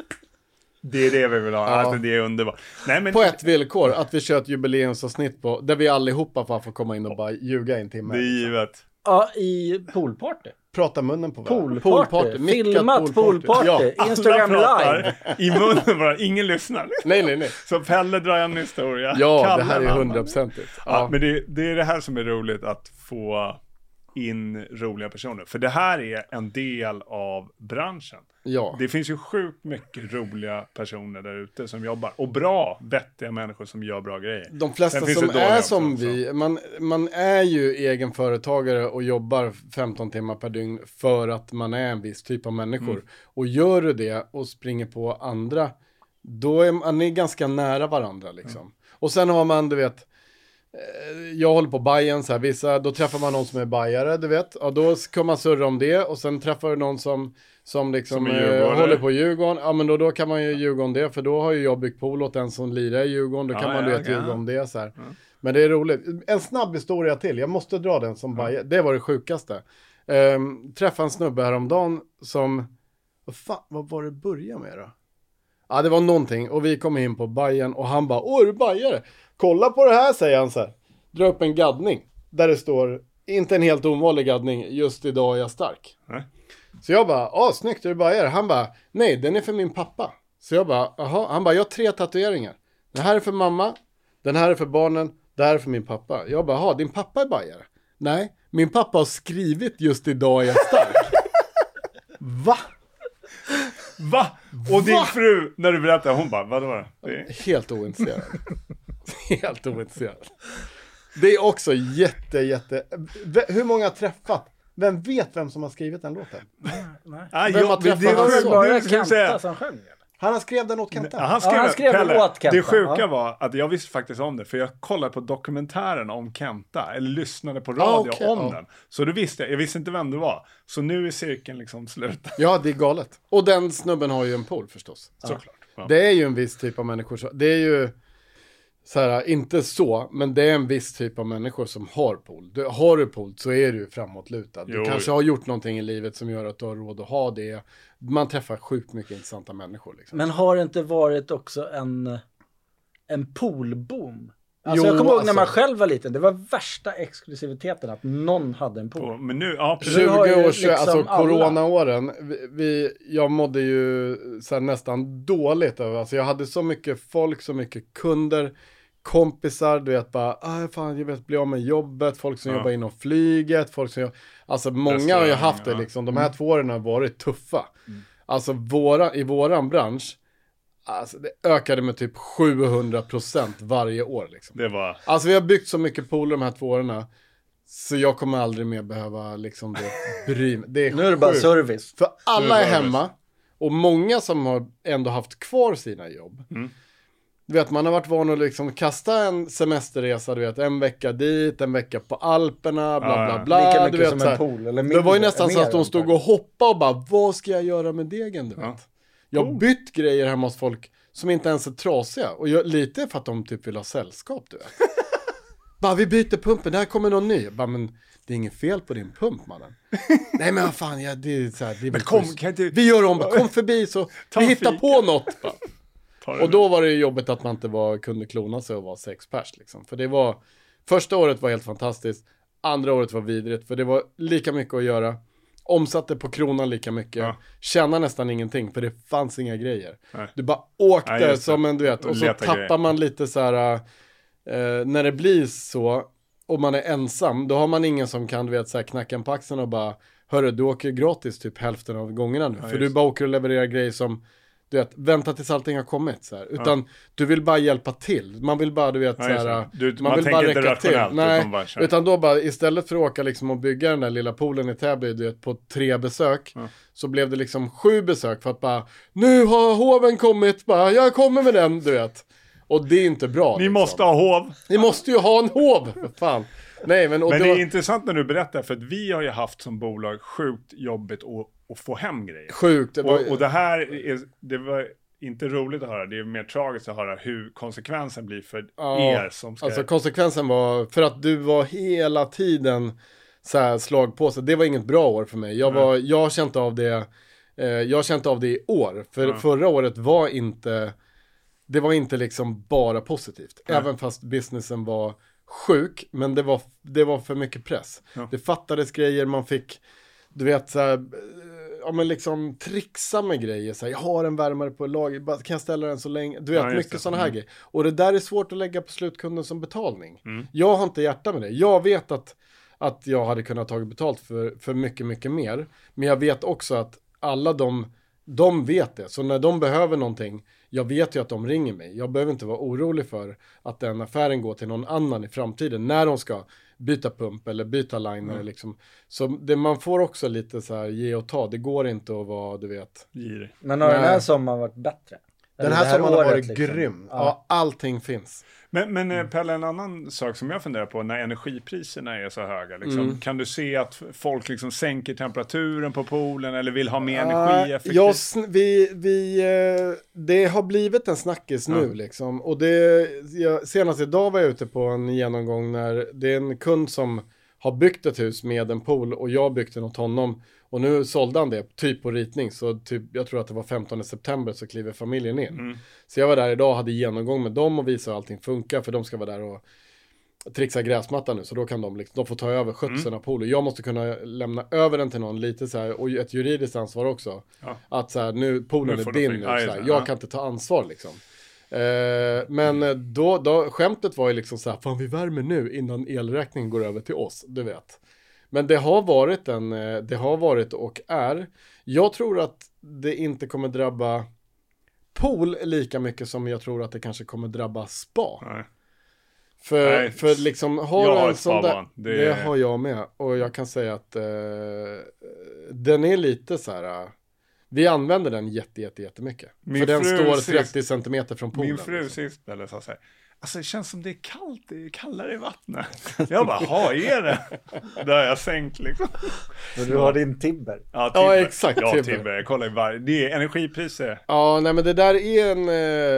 Det är det vi vill ha, Ja. alltså det är underbart. Nej, men På ett villkor, att vi kör ett jubileumsavsnitt på, där vi allihopa får komma in och bara ljuga en timme. det är givet. Ja, i poolparty. Prata munnen på varandra. Poolparty. Mickat Filmat poolparty. Ja. Instagram Alla pratar live. i munnen bara, ingen lyssnar. Nej. Så Pelle drar en historia. Ja, Kalle det här är en annan. 100%igt. Ja, Ja. men det är det här som är roligt, att få in roliga personer. För det här är en del av branschen. Ja. Det finns ju sjukt mycket roliga personer där ute som jobbar. Och bra, vettiga människor som gör bra grejer. De flesta Sen finns som det dåliga är också, som så. vi, man är ju egenföretagare och jobbar 15 timmar per dygn för att man är en viss typ av människor. Och gör du det och springer på andra, då är man ganska nära varandra liksom. Och sen har man, du vet, jag håller på Bajen så här, vissa, då träffar man någon som är bajare, du vet. Ja, då kan man surra om det och sen träffar du någon som liksom Som är Djurgårdare. håller på Djurgården. Ja, men då kan man ju ljuga om det, för då har ju jag byggt pool åt en som lirar i Djurgården. Då kan man du vet ljuga om det så här. Men det är roligt. En snabb historia till, jag måste dra den som bajare. Det var det sjukaste. Träffade en snubbe häromdagen som, vad var det börja med då? Ja, det var någonting och vi kom in på Bajen och han bara, åh, är du bajare? Kolla på det här, säger han så här. Dra upp en gaddning där det står, inte en helt ovanlig gaddning, just idag är jag stark. Nej. Så jag bara, snyggt, är du bajare? Han bara, nej, den är för min pappa. Så jag bara, jaha. Han bara, jag har 3 tatueringar. Den här är för mamma, den här är för barnen, det här är för min pappa. Jag bara, jaha, din pappa är bajare? Nej, min pappa har skrivit just idag är jag stark. Va? Och din fru, när du berättade, hon bara, vad var det? Helt ointresserad. Helt ointresserad. Det är också jätte... Hur många har träffat? Vem vet vem som har skrivit den låten? Ah, Vem har träffat det honom? var Så? Bara det skulle jag säga. Kenta som sjöng. Han har skrivit den åt Kenta. Ja, han skrev den åt Kenta. Det sjuka Ja. var att jag visste faktiskt om det, för jag kollade på dokumentären om Kenta, eller lyssnade på radio okej, om ja. den. Så då visste jag visste inte vem det var. Så nu är cirkeln liksom slut. Ja, det är galet. Och den snubben har ju en pool förstås. Såklart. Ja. Det är ju en viss typ av människor. Det är ju så här, inte så, men det är en viss typ av människor som har pool. Har du pool så är du framåtlutad. Du kanske har gjort någonting i livet som gör att du har råd att ha det. Man träffar sjukt mycket intressanta människor. Liksom. Men har det inte varit också en poolboom? Alltså Jo, jag kommer ihåg när alltså- man själv var liten. Det var värsta exklusiviteten att någon hade en pool. Men nu, ja, precis. 20 har ju år liksom sedan, alltså alla. coronaåren, jag mådde ju så här nästan dåligt över, alltså jag hade så mycket folk, så mycket kunder, kompisar, du vet bara, fan jag vet bli av med jobbet, folk som jobbar inom flyget, folk som alltså många har ju haft det liksom, de här 2 åren har varit tuffa. Alltså i våran bransch, alltså det ökade med typ 700% varje år liksom. Det var... Alltså vi har byggt så mycket pooler de här 2 åren. Så jag kommer aldrig mer behöva liksom bry mig. Det är Nu är det bara sjukt. service. För alla är service. hemma. Och många som har ändå haft kvar sina jobb. Du vet, man har varit van att liksom kasta en semesterresa, du vet, en vecka dit, en vecka på Alperna, bla bla bla. Lika du mycket vet, som så här. en pool. Eller Det var ju nästan mer så att de än stod det. och hoppade och bara, vad ska jag göra med degen, du vet. Jag har bytt grejer hemma hos folk som inte ens är trasiga. Och lite för att de typ vill ha sällskap, du vet. Bara, vi byter pumpen, där kommer någon ny. Bara, men det är inget fel på din pump, mannen. Nej, men vad fan, det är så här, det är Men kom, schysst. kan inte... Vi gör om, kom förbi så vi en hittar fika. på något. Bara. Ta det Och då var det ju jobbigt att man inte kunde klona sig och vara 6 pers liksom. För det var, första året var helt fantastiskt. Andra året var vidrigt, för det var lika mycket att göra. Omsatte på kronan lika mycket. Ja. Tjäna nästan ingenting, för det fanns inga grejer. Nej. Du bara åkte Ja, just det. som en, du vet. Och så Leta tappar grejer. man lite så här, när det blir så, och man är ensam, då har man ingen som kan, du vet, så här, knacka en på axeln och bara, hörru, du åker gratis typ hälften av gångerna nu. Ja, för just du bara åker och levererar grejer som, du vet, vänta tills allting har kommit så här. Utan du vill bara hjälpa till. Man vill bara, du vet, Ja, så just det. här, Man vill tänker bara inte räcka till. rationellt, Nej, utan bara kör. utan då bara, istället för att åka liksom och bygga den där lilla poolen i Täby, du vet, på 3 besök, så blev det liksom 7 besök för att bara, nu har hoven kommit, bara, jag kommer med den, du vet. Och det är inte bra. Ni liksom. måste ha hov. Ni måste ju ha en hov, för fan. Nej, men det är intressant när du berättar, för att vi har ju haft som bolag sjukt jobbigt att få hem grejer. Sjukt. Och det här det var inte roligt att höra, det är mer tragiskt att höra hur konsekvensen blir för er som ska... Alltså konsekvensen var, för att du var hela tiden så här slag på sig. Det var inget bra år för mig. Jag har känt av det. Jag har känt av det i år. För förra året var inte... Det var inte liksom bara positivt. Även fast businessen var sjuk. Men det var för mycket press. Ja. Det fattades grejer. Man fick, du vet, så här, ja, men liksom trixa med grejer. Så här, jag har en värmare på lager. Kan jag ställa den så länge? Du vet, mycket sådana här grejer. Och det där är svårt att lägga på slutkunden som betalning. Jag har inte hjärta med det. Jag vet att jag hade kunnat ta betalt för mycket, mycket mer. Men jag vet också att alla de vet det. Så när de behöver någonting, jag vet ju att de ringer mig. Jag behöver inte vara orolig för att den affären går till någon annan i framtiden. När de ska byta pump eller byta liner. Liksom. Så man får också lite så här ge och ta. Det går inte att vara, du vet. Men har den här sommaren varit bättre? Den här sommaren har varit grym. Ja, allting finns. Men Pelle, en annan sak som jag funderar på, när energipriserna är så höga, liksom, kan du se att folk liksom sänker temperaturen på poolen eller vill ha mer energi effektivt? Det har blivit en snackis nu liksom. Och senast idag var jag ute på en genomgång när det är en kund som har byggt ett hus med en pool och jag byggde något honom. Och nu sålde han det typ på ritning. Så typ, jag tror att det var 15 september så kliver familjen in. Så jag var där idag och hade genomgång med dem och visade hur allting funkar. För de ska vara där och trixa gräsmattan nu. Så då kan de får ta över skötseln av poolen. Jag måste kunna lämna över den till någon lite så här. Och ett juridiskt ansvar också. Ja. Att så här, nu poolen är din nu. Så här, jag kan inte ta ansvar liksom. Men då skämtet var ju liksom så här, fan vi värmer nu innan elräkningen går över till oss. Du vet. Men det har varit och är. Jag tror att det inte kommer drabba pool lika mycket som jag tror att det kanske kommer drabba spa. Nej. För liksom har en sån där, det har jag med. Och jag kan säga att den är lite så här. Vi använder den jättemycket. För den står 30 centimeter från poolen. Min fru sist eller så här. Alltså det känns som det är kallt, det är kallare i vattnet. Jag bara, är det? Där har jag sänkt liksom. Men du har din Tibber. Ja, exakt. Ja, Tibber. Jag kollar det är energipriser. Ja, nej men det där är en...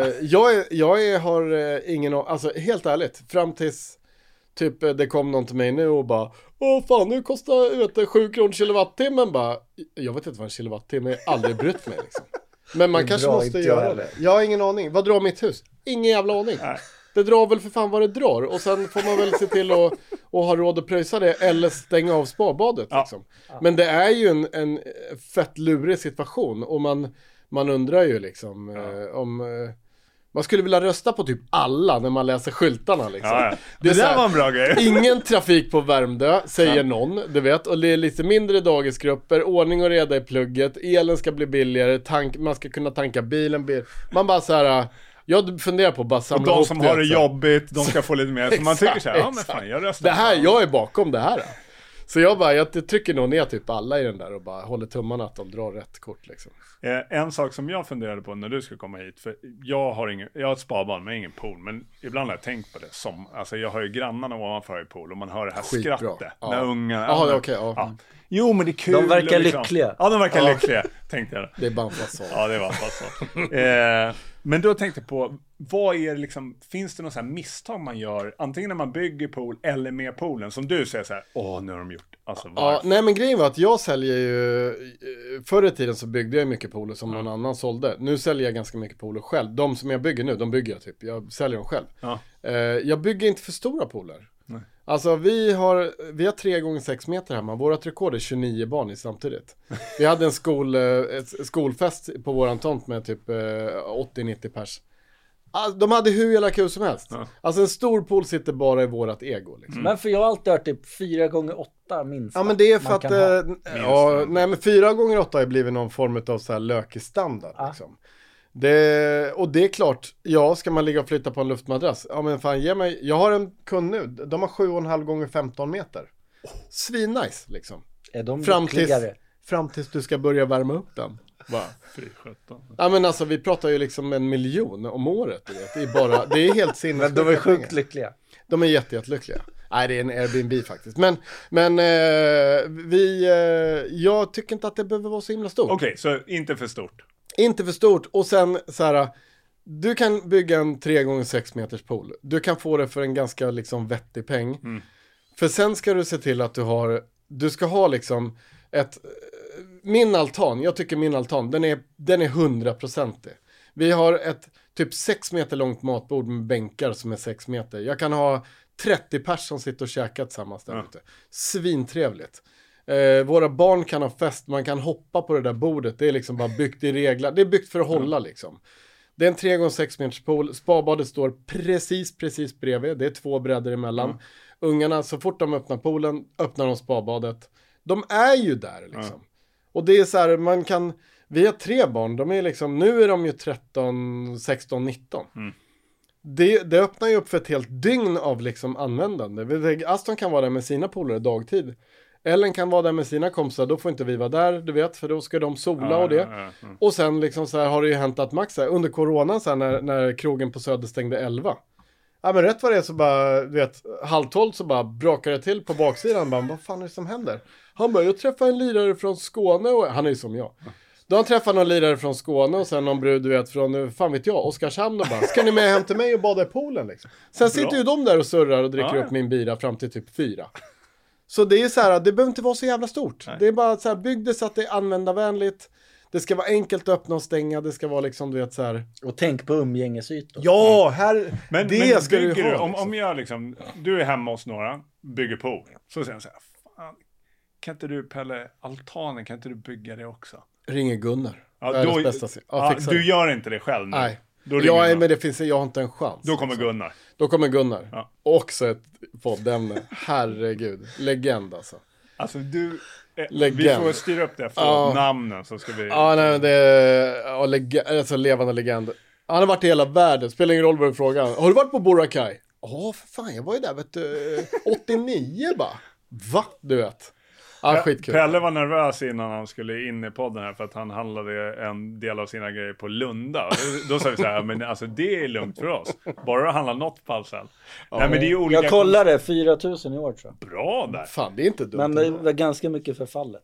Jag har ingen... Alltså helt ärligt, fram tills typ det kom någon till mig nu och bara fan nu kostar 7 kronor kilowattimmen bara. Jag vet inte vad en kilowattimme är, aldrig brytt mig liksom. Men man kanske måste göra det. Jag har ingen aning. Vad drar mitt hus? Ingen jävla aning. Nej. Det drar väl för fan vad det drar. Och sen får man väl se till att ha råd att pröjsa det. Eller stänga av sparbadet. Ja. Liksom. Ja. Men det är ju en fett lurig situation. Och man undrar ju liksom om... Man skulle vilja rösta på typ alla när man läser skyltarna liksom. Ja. Det där var en bra grej. Ingen trafik på Värmdö, säger någon, du vet. Och det är lite mindre dagisgrupper, ordning och reda i plugget, elen ska bli billigare, man ska kunna tanka bilen. Man bara så här. Jag funderar på att bara samla och de ihop som har det jobbigt, de ska få lite mer. Så man tycker så här, men fan, jag röstar. Jag är bakom det här. Så jag trycker nog ner typ alla i den där och bara håller tummarna att de drar rätt kort liksom. En sak som jag funderade på när du skulle komma hit, för jag har ett sparbarn men ingen pool, men ibland har jag tänkt på det som, alltså jag har ju grannarna ovanför i pool och man hör det här skrattet när unga... Jo, men det är kul. De verkar lyckliga. Ja, de verkar lyckliga, tänkte jag. Det är bara så. Ja, det var bara så. Men då tänkte jag på, vad är liksom, finns det någon sån här misstag man gör, antingen när man bygger pool eller med poolen, som du säger så här, nu har de gjort, alltså nej men grejen var att jag säljer ju, förr i tiden så byggde jag mycket pooler som någon annan sålde. Nu säljer jag ganska mycket pooler själv. De som jag bygger nu, de bygger jag typ, jag säljer dem själv. Jag bygger inte för stora pooler. Nej. Alltså vi har 3x6 meter hemma. Vårat rekord är 29 barn i samtidigt. Vi hade en skolfest på våran tomt med typ 80-90 pers. Alltså, de hade hur jävla kul som helst. Ja. Alltså en stor pool sitter bara i vårat ego liksom. Men för jag har alltid hört typ 4x8 minst. Ja men det är för att nej men 4x8 har blivit någon form av så här lökig standard liksom. Och det är klart, ska man ligga och flytta på en luftmadrass? Ja men fan, ge mig, jag har en kund nu, de har 7,5 x 15 meter. Svinnice liksom. Är de lyckligare? Fram tills du ska börja värma upp den. Ja men alltså vi pratar ju liksom 1 miljon om året, du vet. Det är helt sinnes. Men de är sjukt lyckliga. De är jättelyckliga. Nej, det är en Airbnb faktiskt. Men jag tycker inte att det behöver vara så himla stort. Okej, så inte för stort. Inte för stort. Och sen så här, du kan bygga en 3x6 meters pool. Du kan få det för en ganska liksom vettig peng. För sen ska du se till att du ska ha liksom min altan, jag tycker min altan, den är 100%. Vi har ett typ 6 meter långt matbord med bänkar som är 6 meter. Jag kan ha 30 pers som sitter och käkar tillsammans där ute. Svintrevligt. Våra barn kan ha fest, man kan hoppa på det där bordet. Det är liksom bara byggt i regler. Det är byggt för att hålla liksom. Det är en 3x6 meters pool. Spabadet står precis bredvid. Det är 2 brädor emellan. Ungarna, så fort de öppnar poolen, öppnar de spabadet. De är ju där liksom. Och det är så här, vi har 3 barn. De är liksom, nu är de ju 13, 16, 19. Det öppnar ju upp för ett helt dygn av liksom användande. Aston kan vara där med sina polare dagtid. Ellen kan vara där med sina kompisar, då får inte vi vara där, du vet, för då ska de sola och det. Och sen liksom så här har det ju hänt att Max här, under coronan så här, när krogen på Söder stängde 11. Ja, men rätt vad det är så bara, du vet, 11:30 så bara brakar det till på baksidan. Bara, vad fan är det som händer? Han bara, jag träffade en lirare från Skåne och han är ju som jag. Då har han träffat någon lirare från Skåne och sen någon brud, du vet, från, fan vet jag, Oskarshamn och bara, ska ni med hem till mig och bada i poolen liksom? Sen sitter ju de där och surrar och dricker upp min bira fram till typ 4. Så det är så här, det behöver inte vara så jävla stort. Nej. Det är bara så här, bygg det så att det är användarvänligt. Det ska vara enkelt att öppna och stänga. Det ska vara liksom, du vet, så här. Och tänk på umgängesytor. Ja, men ska du ha. Liksom. Om jag liksom, du är hemma hos några, bygger pool. Så säger jag så här, fan, kan inte du, Pelle, altanen, kan inte du bygga det också? Ringer Gunnar. Ja, du gör inte det själv nu. Nej. Men det finns, jag har inte en chans. Då kommer Gunnar. Ja. Också ett poddämne. Herregud. Legend alltså. Alltså vi får styra upp det efter namnen så ska vi... Ja, nej, det är alltså levande legend. Han har varit i hela världen. Spelar ingen roll vad du frågar. Har du varit på Boracay? Ja, för fan. Jag var ju där, vet du. 89 bara. Va? Du vet. Ja, skitkul. Pelle var nervös innan han skulle in i podden här för att han handlade en del av sina grejer på Lunda. Då sa vi så här, men alltså det är lugnt för oss. Bara det handlar något på sen. Ja, nej, men det är olika. Jag kollade 4 000 i år tror jag. Bra där. Fan, det är inte dumt. Men det var ganska mycket förfallet.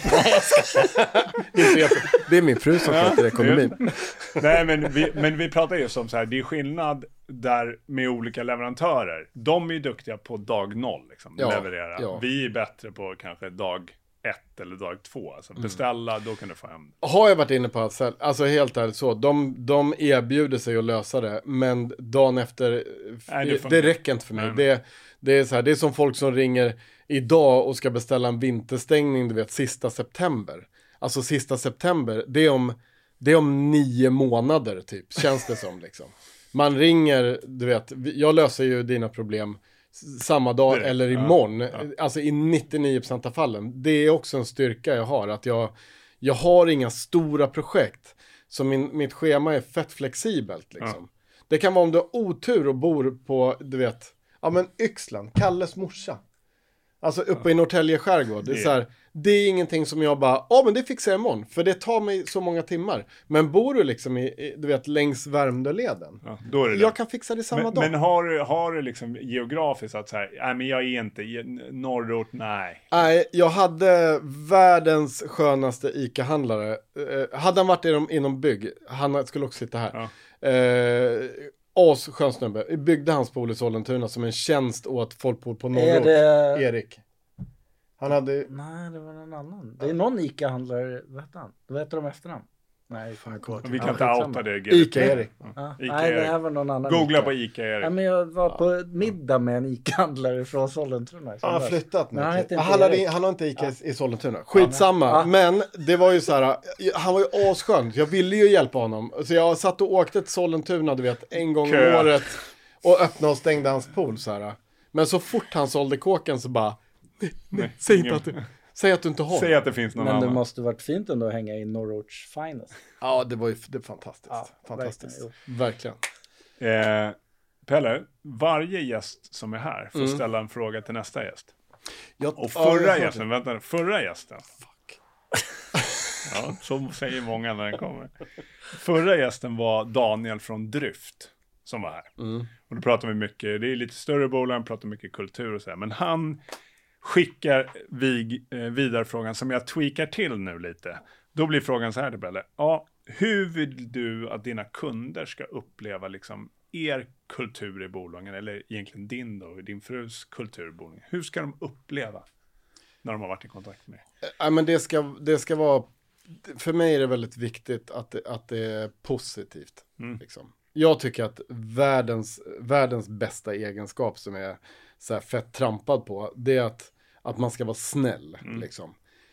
Det är min fru som sköter ekonomin. Nej, men vi pratar ju som så här, det är skillnad där med olika leverantörer. De är ju duktiga på dag 0 liksom, leverera. Ja. Vi är bättre på kanske dag 1 eller dag 2. Alltså beställa, då kan du få hem. Har jag varit inne på att, alltså helt ärligt så, de erbjuder sig att lösa det, men dagen efter, det räcker inte för mig. Det är så här, det är som folk som ringer idag och ska beställa en vinterstängning, du vet, sista september. Alltså sista september, det är om 9 månader typ, känns det som liksom. Man ringer, du vet, jag löser ju dina problem samma dag eller imorgon. Alltså i 99% av fallen. Det är också en styrka jag har, att jag har inga stora projekt. Så mitt schema är fett flexibelt liksom. Det kan vara om du har otur och bor på, du vet, ja men Yxland, Kalles morsa. Alltså uppe i Norrtälje skärgård. Det är så här, det är ingenting som jag bara, men det fixar jag imorgon. För det tar mig så många timmar. Men bor du liksom du vet, längs Värmdöleden. Ja, då är det jag kan fixa det samma dag. Men har du liksom geografiskt att säga, nej men jag är inte norrort, nej. Nej, jag hade världens skönaste ICA-handlare. Hade han varit inom bygg, han skulle också sitta här. Skön snubbe. Byggde hans pool i Sollentuna som en tjänst åt folkpool på norrort. Erik. Han hade... Nej, det var någon annan. Det är någon ICA-handlare, vad heter de efternamn? Nej, vi kan inte outa det. ICA-Erik. Nej, det här var någon annan. Googla på ICA-Erik. Ja, men jag var på middag med en ICA-handlare från Sollentuna. Han har flyttat nu. Han har inte ICA i Sollentuna. Skitsamma. Men det var ju så här, han var ju asskön. Jag ville ju hjälpa honom. Så jag satt och åkte till Sollentuna, du vet, en gång om året. Och öppnade och stängde hans pool så här. Men så fort han sålde kåken så bara, nej, säg att du inte har. Säg att det finns någon annan. Men det måste varit fint ändå att hänga i Norwich Finest. Ja, det var fantastiskt. Ja, fantastiskt. Verkligen. Pelle, varje gäst som är här får ställa en fråga till nästa gäst. Och förra gästen. Fuck. Ja, så säger många när den kommer. Förra gästen var Daniel från Dryft som var här. Och då pratar vi mycket, det är lite större bolag, han pratar mycket kultur och så här. Men han skickar vidare frågan som jag tweakar till nu lite. Då blir frågan så här till Pelle. Ja, hur vill du att dina kunder ska uppleva liksom er kultur i bolagen, eller egentligen din frus kultur i bolagen? Hur ska de uppleva när de har varit i kontakt med er? Ja, men det ska vara, för mig är det väldigt viktigt att det är positivt. Liksom. Jag tycker att världens bästa egenskap som är så här fett trampad på, det är att man ska vara snäll. Liksom.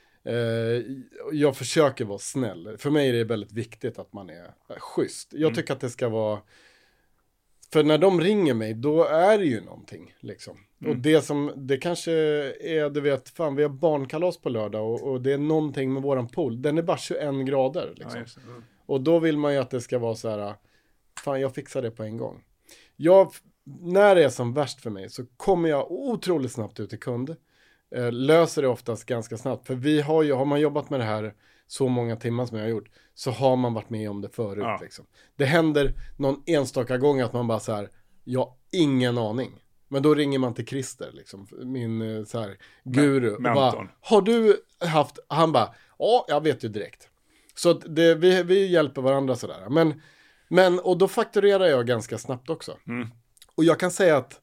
Jag försöker vara snäll. För mig är det väldigt viktigt att man är schysst. Jag tycker att det ska vara, för när de ringer mig, då är det ju någonting. Liksom. Och det kanske är, du vet, fan vi har barnkalas på lördag och det är någonting med våran pool. Den är bara 21 grader. Liksom. Och då vill man ju att det ska vara så här, fan jag fixar det på en gång. När det är som värst för mig så kommer jag otroligt snabbt ut till kund. Löser det oftast ganska snabbt. För har man jobbat med det här så många timmar som jag har gjort, så har man varit med om det förut. Ja. Liksom. Det händer någon enstaka gång att man bara så här, jag har ingen aning. Men då ringer man till Christer, liksom, min så här, guru. Och bara, har du haft, han bara, ja, jag vet ju direkt. Så vi hjälper varandra sådär. Men, och då fakturerar jag ganska snabbt också. Och jag kan säga att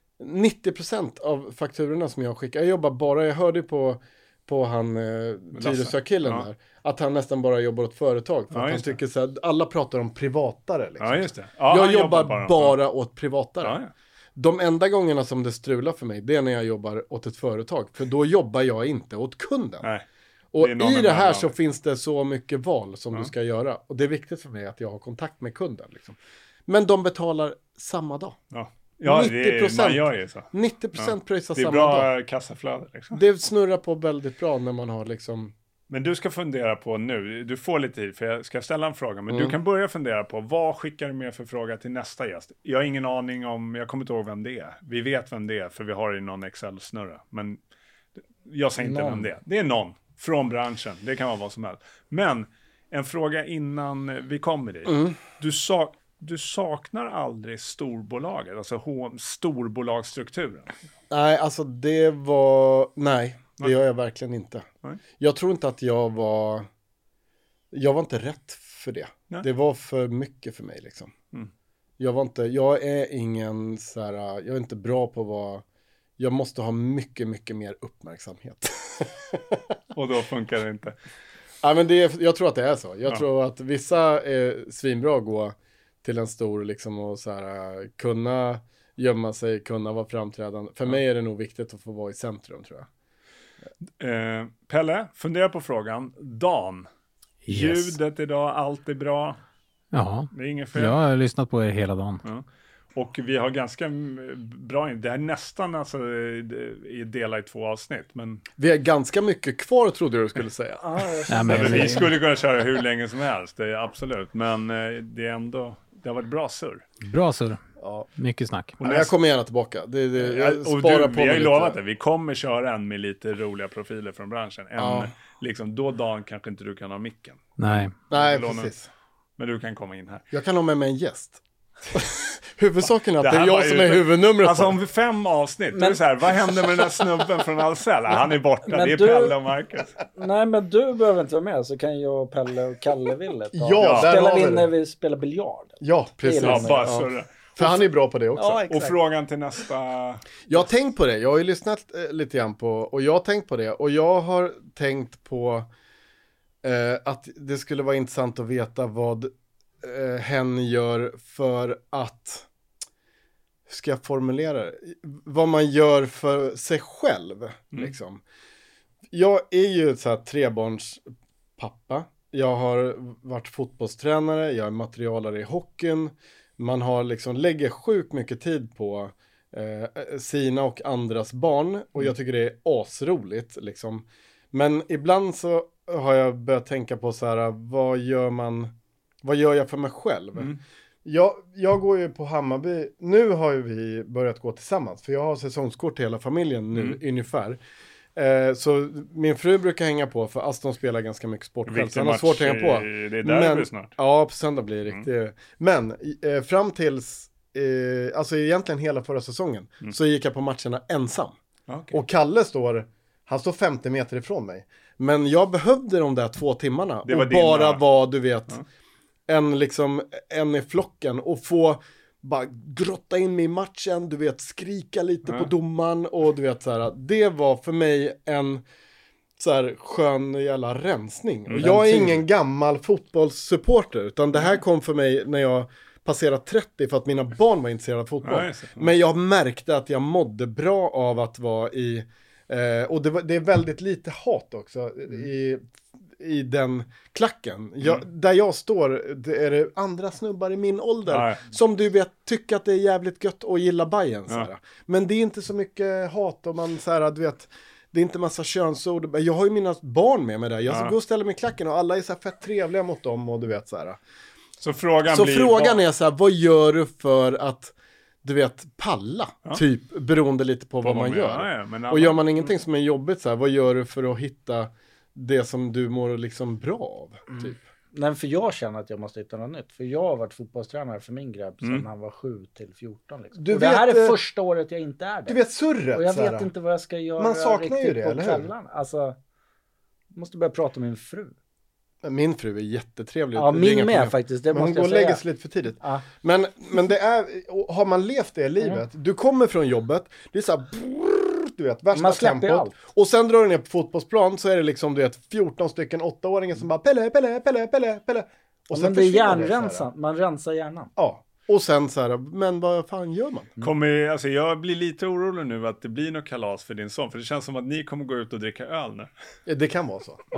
90% av fakturorna som jag skickar, jag hörde på han Tyresö-killen där, att han nästan bara jobbar åt företag. För att han tycker så här, alla pratar om privatare. Liksom. Ja, just det. Ja, jag jobbar bara åt privatare. Ja. De enda gångerna som det strular för mig, det är när jag jobbar åt ett företag. För då jobbar jag inte åt kunden. Nej. Och i det här så finns det så mycket val som du ska göra. Och det är viktigt för mig att jag har kontakt med kunden. Liksom. Men de betalar samma dag. Ja, 90%, man gör ju så. 90% pröjsar samma dag. Det är bra kassaflöde. Liksom. Det snurrar på väldigt bra när man har liksom... Men du ska fundera på nu, du får lite tid för jag ska ställa en fråga. Men du kan börja fundera på, vad skickar du med för fråga till nästa gäst? Jag har ingen aning om, jag kommer inte ihåg vem det är. Vi vet vem det är för vi har det i någon Excel-snurra. Men jag säger inte vem det är. Det är någon från branschen, det kan vara vad som helst. Men en fråga innan vi kommer dit. Du saknar aldrig storbolaget, alltså storbolagsstrukturen? Nej, alltså det gör jag verkligen inte. Nej. Jag tror inte att jag var inte rätt för det. Nej. Det var för mycket för mig liksom. Jag är ingen så här, jag är inte bra på jag måste ha mycket, mycket mer uppmärksamhet. Och då funkar det inte? Ja, men jag tror att det är så. Jag tror att vissa är svinbra att gå till en stor liksom och så här, kunna gömma sig, kunna vara framträdande. För mig är det nog viktigt att få vara i centrum, tror jag. Pelle, fundera på frågan. Dan, ljudet idag, allt är bra. Ja, det är inget fel. Jag har lyssnat på er hela dagen. Ja. Och vi har ganska bra, det är nästan alltså delar i 2 avsnitt. Men... Vi har ganska mycket kvar, trodde du skulle säga. Vi skulle kunna köra hur länge som helst, det är absolut. Men det är ändå, det har varit bra surr. Bra surr. Ja. Mycket snack. Och jag kommer gärna tillbaka. Vi har ju lovat det. Vi kommer köra en med lite roliga profiler från branschen. Liksom, då Dan kanske inte du kan ha micken. Nej, precis. Men du kan komma in här. Jag kan ha med mig en gäst. Huvudsaken är att det är jag som är huvudnumret. Alltså om 5 avsnitt, men... det är så här, vad händer med den där snubben från Ahlsell? Han är borta, det är Pelle och Marcus. Nej, men du behöver inte vara med, så kan jag, Pelle och Kalle Ville spela in när vi spelar biljard. Ja, precis. För han är bra på det också. Ja, och frågan till nästa... Jag har tänkt på det, jag har ju lyssnat lite grann på, och jag har tänkt på det. Och jag har tänkt på att det skulle vara intressant att veta vad hen gör för att, hur ska jag formulera det? Vad man gör för sig själv. Liksom. Jag är ju så här 3-barnspappa. Jag har varit fotbollstränare, jag är materialare i hockeyn. Man har liksom, lägger sjukt mycket tid på sina och andras barn. Och jag tycker det är asroligt. Liksom. Men ibland så har jag börjat tänka på så här, vad gör jag för mig själv? Jag går ju på Hammarby. Nu har ju vi börjat gå tillsammans. För jag har säsongskort till hela familjen nu ungefär. Så min fru brukar hänga på. För Aston spelar ganska mycket sport själv. Så han har svårt att hänga på. Det är där snart. Ja, på söndag blir det riktigt. Men fram tills alltså egentligen hela förra säsongen, så gick jag på matcherna ensam. Okay. Och Kalle han står 50 meter ifrån mig. Men jag behövde de där 2 timmarna. Det var och bara dina... vara, du vet, en i flocken. Och få bara grotta in mig i matchen, du vet, skrika lite på domaren. Och du vet så här, det var för mig en så här skön jävla rensning. Och jag är ingen gammal fotbollssupporter, utan det här kom för mig när jag passerade 30 för att mina barn var intresserade av fotboll. Men jag märkte att jag mådde bra av att vara i, och det är väldigt lite hat också i den klacken. Där jag står, det är det andra snubbar i min ålder som du vet tycker att det är jävligt gött och gillar Bayern. Men det är inte så mycket hat och man så här, du vet, det är inte massa könsord. Jag har ju mina barn med mig där. Jag ska gå och ställa mig i klacken och alla är så här fett trevliga mot dem och du vet så här. Så frågan är så här, vad gör du för att du vet, palla, typ, beroende lite på vad man gör. Och gör man ingenting som är jobbigt så här, vad gör du för att hitta det som du mår liksom bra av, typ? Nej, för jag känner att jag måste hitta något nytt. För jag har varit fotbollstränare för min grabb sedan han var 7 till 14. Liksom. Och det här är första året jag inte är det. Du vet surret. Och jag vet inte vad jag ska göra. Man saknar ju det, eller hur? Alltså, jag måste börja prata med min fru. Min fru är jättetrevlig. Ja, min med faktiskt. Det måste jag säga. Hon går och lägger sig lite för tidigt. Ja. Men det är, har man levt det i livet, du kommer från jobbet, det är så här, du vet, värsta tempot. Allt. Och sen drar du ner på fotbollsplan så är det liksom, du vet, 14 stycken 8-åringar som bara Pelle. Och sen det är hjärnrensan, man rensar hjärnan. Ja. Och sen så här, men vad fan gör man? Alltså jag blir lite orolig nu att det blir något kalas för din son. För det känns som att ni kommer gå ut och dricka öl nu. Det kan vara så.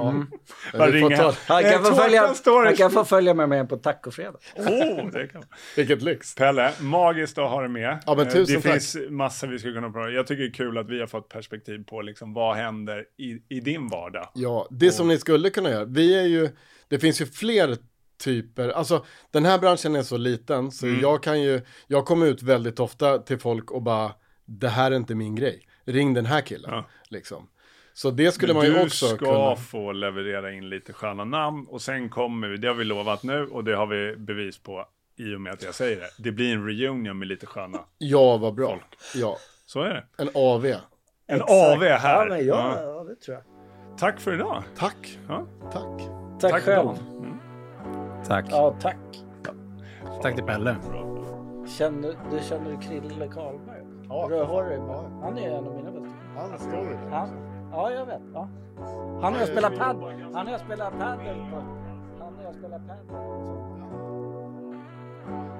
Han kan få följa med mig på tacofredag. Det kan. Vilket lyx. Pelle, magiskt att ha dig med. Ja, men tusen det tack. Finns massor vi skulle kunna prata. Jag tycker det är kul att vi har fått perspektiv på liksom, vad händer i din vardag. Ja, det som ni skulle kunna göra. Det finns ju fler typer, alltså den här branschen är så liten så jag kommer ut väldigt ofta till folk och bara, det här är inte min grej, ring den här killen liksom. Så det skulle man ju också kunna. Du ska få leverera in lite sköna namn och sen kommer vi, det har vi lovat nu och det har vi bevis på i och med att jag säger det. Det blir en reunion med lite sköna. Ja, vad bra. Folk. Ja. Så är det. En AV. En AV här. Ja, det tror jag. Tack för idag. Tack. Ja. Tack själv. Tack. Ja, tack. Tack till Pelle. Känner du Krille Karlberg? Ja. Rödhårig. Han är en av mina bästa. Han står ju där. Ja, jag vet. Ja. Han har spelat padel. Han har spelat padel.